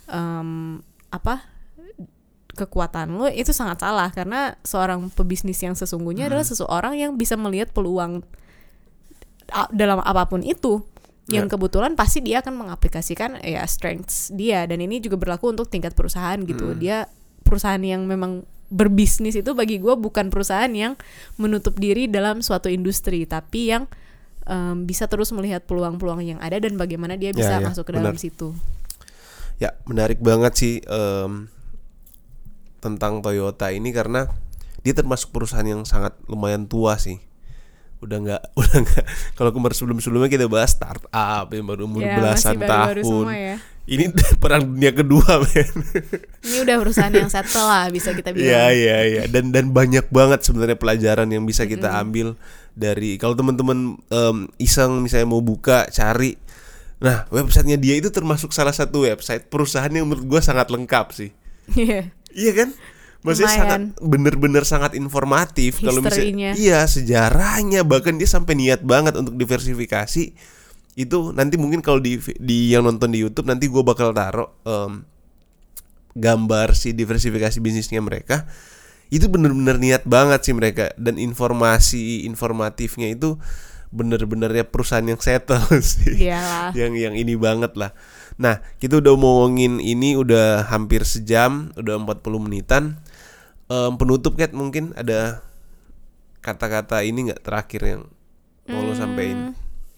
kekuatan lu, itu sangat salah. Karena seorang pebisnis yang sesungguhnya adalah seseorang yang bisa melihat peluang dalam apapun itu, yang kebetulan pasti dia akan mengaplikasikan strengths dia. Dan ini juga berlaku untuk tingkat perusahaan gitu. Dia perusahaan yang memang berbisnis itu bagi gue bukan perusahaan yang menutup diri dalam suatu industri, tapi yang bisa terus melihat peluang-peluang yang ada dan bagaimana dia bisa masuk ke dalam situ. Ya, menarik banget sih tentang Toyota ini, karena dia termasuk perusahaan yang sangat lumayan tua sih. Udah nggak kalau kemarin sebelumnya kita bahas startup yang baru umur belasan tahun. Semua ya. Ini perang dunia kedua, men. Ini udah perusahaan yang settle lah, bisa kita bilang. Iya. Dan banyak banget sebenarnya pelajaran yang bisa kita ambil dari, kalau teman-teman iseng misalnya mau buka cari. Nah, websitenya dia itu termasuk salah satu website perusahaan yang menurut gue sangat lengkap sih. Iya kan? Maksudnya sangat bener-bener sangat informatif. Kalau misalnya sejarahnya, bahkan dia sampai niat banget untuk diversifikasi. Itu nanti mungkin kalau di yang nonton di YouTube nanti gue bakal taruh gambar si diversifikasi bisnisnya mereka. Itu bener-bener niat banget sih mereka, dan informatifnya itu bener-bener ya perusahaan yang settle sih. Iyalah. yang ini banget lah. Nah, kita udah ngomongin ini udah hampir sejam, udah 40 menitan. Penutup, Kat, mungkin ada kata-kata ini nggak terakhir yang mau lo sampein?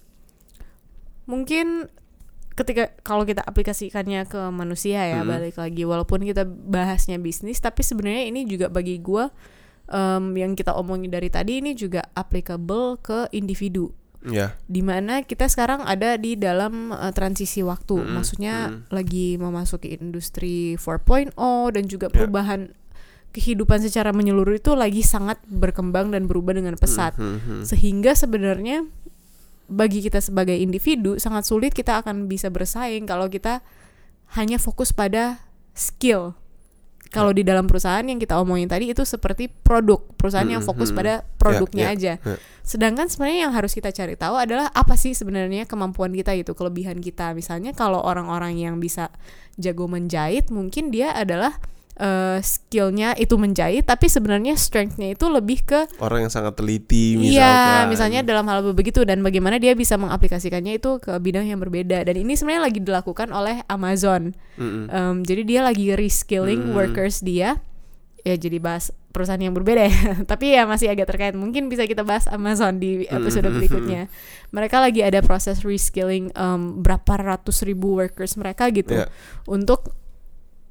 Mungkin ketika kalau kita aplikasikannya ke manusia ya, balik lagi, walaupun kita bahasnya bisnis, tapi sebenarnya ini juga bagi gue yang kita omongin dari tadi ini juga applicable ke individu. Dimana kita sekarang ada di dalam transisi waktu, maksudnya lagi memasuki industri 4.0 dan juga perubahan kehidupan secara menyeluruh itu lagi sangat berkembang dan berubah dengan pesat. Sehingga sebenarnya bagi kita sebagai individu sangat sulit kita akan bisa bersaing kalau kita hanya fokus pada skill. Kalau di dalam perusahaan yang kita omongin tadi itu seperti perusahaan yang fokus pada produknya aja. Sedangkan sebenarnya yang harus kita cari tahu adalah apa sih sebenarnya kemampuan kita itu, kelebihan kita. Misalnya kalau orang-orang yang bisa jago menjahit, mungkin dia adalah skillnya itu menjahit, tapi sebenarnya strengthnya itu lebih ke orang yang sangat teliti misalkan. Iya, misalnya dalam hal begitu, dan bagaimana dia bisa mengaplikasikannya itu ke bidang yang berbeda. Dan ini sebenarnya lagi dilakukan oleh Amazon. Jadi dia lagi reskilling workers dia. Ya jadi bahas perusahaan yang berbeda ya. Tapi ya masih agak terkait. Mungkin bisa kita bahas Amazon di episode berikutnya. Mereka lagi ada proses reskilling berapa ratus ribu workers mereka gitu. Untuk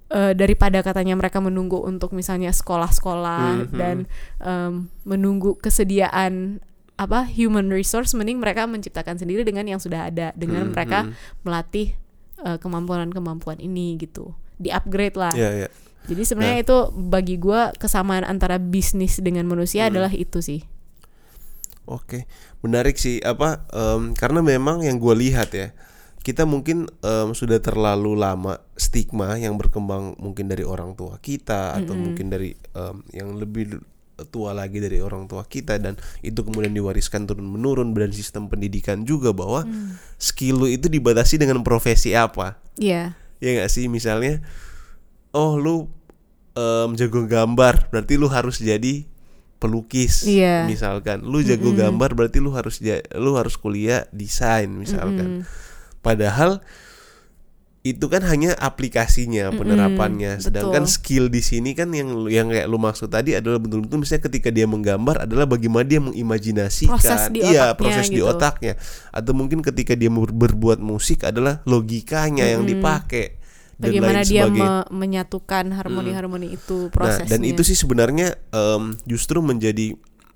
daripada katanya mereka menunggu untuk misalnya sekolah-sekolah dan menunggu kesediaan human resource, mending mereka menciptakan sendiri dengan yang sudah ada, dengan mereka melatih kemampuan ini gitu, di-upgrade lah. Jadi sebenarnya itu bagi gue kesamaan antara bisnis dengan manusia adalah itu sih. Oke, menarik sih karena memang yang gue lihat ya, kita mungkin sudah terlalu lama stigma yang berkembang mungkin dari orang tua kita atau mungkin dari yang lebih tua lagi dari orang tua kita, dan itu kemudian diwariskan turun menurun dari sistem pendidikan juga bahwa skill lu itu dibatasi dengan profesi apa. Iya. Ya nggak sih, misalnya lu jago gambar berarti lu harus jadi pelukis. Misalkan lu jago gambar berarti lu harus kuliah desain misalkan. Padahal itu kan hanya aplikasinya, penerapannya. Sedangkan skill di sini kan yang kayak lu maksud tadi adalah betul-betul misalnya ketika dia menggambar adalah bagaimana dia mengimajinasikan proses di otaknya. Atau mungkin ketika dia berbuat musik adalah logikanya yang dipakai. Bagaimana dia menyatukan harmoni-harmoni itu prosesnya. Nah, dan itu sih sebenarnya justru menjadi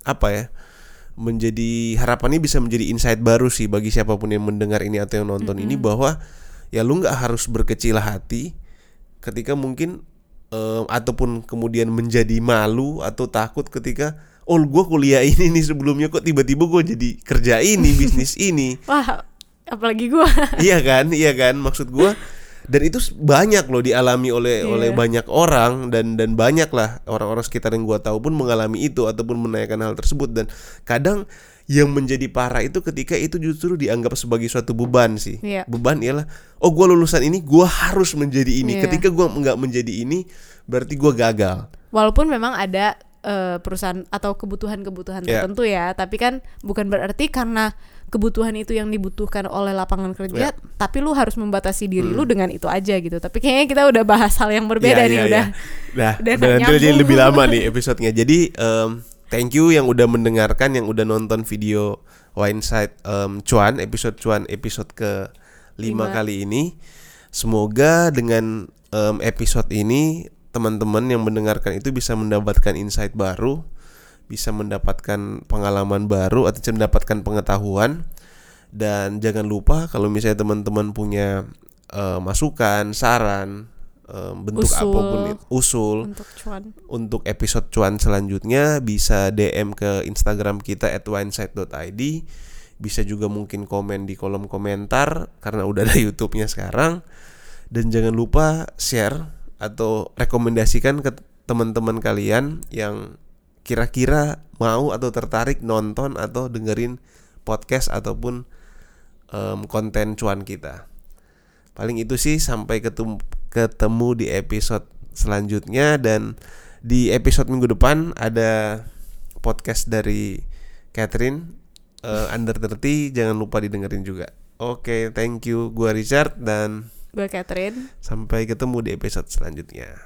menjadi harapannya bisa menjadi insight baru sih bagi siapapun yang mendengar ini atau yang nonton ini, bahwa ya lu nggak harus berkecil hati ketika mungkin ataupun kemudian menjadi malu atau takut ketika gue kuliah ini nih sebelumnya kok tiba-tiba gue jadi kerja ini bisnis ini. Wah, apalagi gue. Iya kan maksud gue. Dan itu banyak loh dialami oleh banyak orang, dan banyak lah orang-orang sekitar yang gue tahu pun mengalami itu ataupun menanyakan hal tersebut. Dan kadang yang menjadi parah itu ketika itu justru dianggap sebagai suatu beban sih. Beban ialah gue lulusan ini gue harus menjadi ini. Ketika gue nggak menjadi ini berarti gue gagal. Walaupun memang ada perusahaan atau kebutuhan-kebutuhan tertentu ya, tapi kan bukan berarti karena kebutuhan itu yang dibutuhkan oleh lapangan kerja, tapi lu harus membatasi diri lu dengan itu aja gitu. Tapi kayaknya kita udah bahas hal yang berbeda nih. Udah jadi lebih lama nih episodenya. Jadi thank you yang udah mendengarkan, yang udah nonton video Winesight Cuan episode ke-5 kali ini. Semoga dengan episode ini teman-teman yang mendengarkan itu bisa mendapatkan insight baru, bisa mendapatkan pengalaman baru atau mendapatkan pengetahuan. Dan jangan lupa kalau misalnya teman-teman punya masukan, saran, bentuk apapun usul untuk episode cuan selanjutnya, bisa DM ke Instagram kita @winesight.id. Bisa juga mungkin komen di kolom komentar karena udah ada YouTube-nya sekarang. Dan jangan lupa share atau rekomendasikan ke teman-teman kalian yang kira-kira mau atau tertarik nonton atau dengerin podcast ataupun konten cuan kita. Paling itu sih, sampai ketemu di episode selanjutnya. Dan di episode minggu depan ada podcast dari Catherine, Under 30, jangan lupa didengerin juga. Oke, thank you. Gua Richard dan gue Catherine. Sampai ketemu di episode selanjutnya.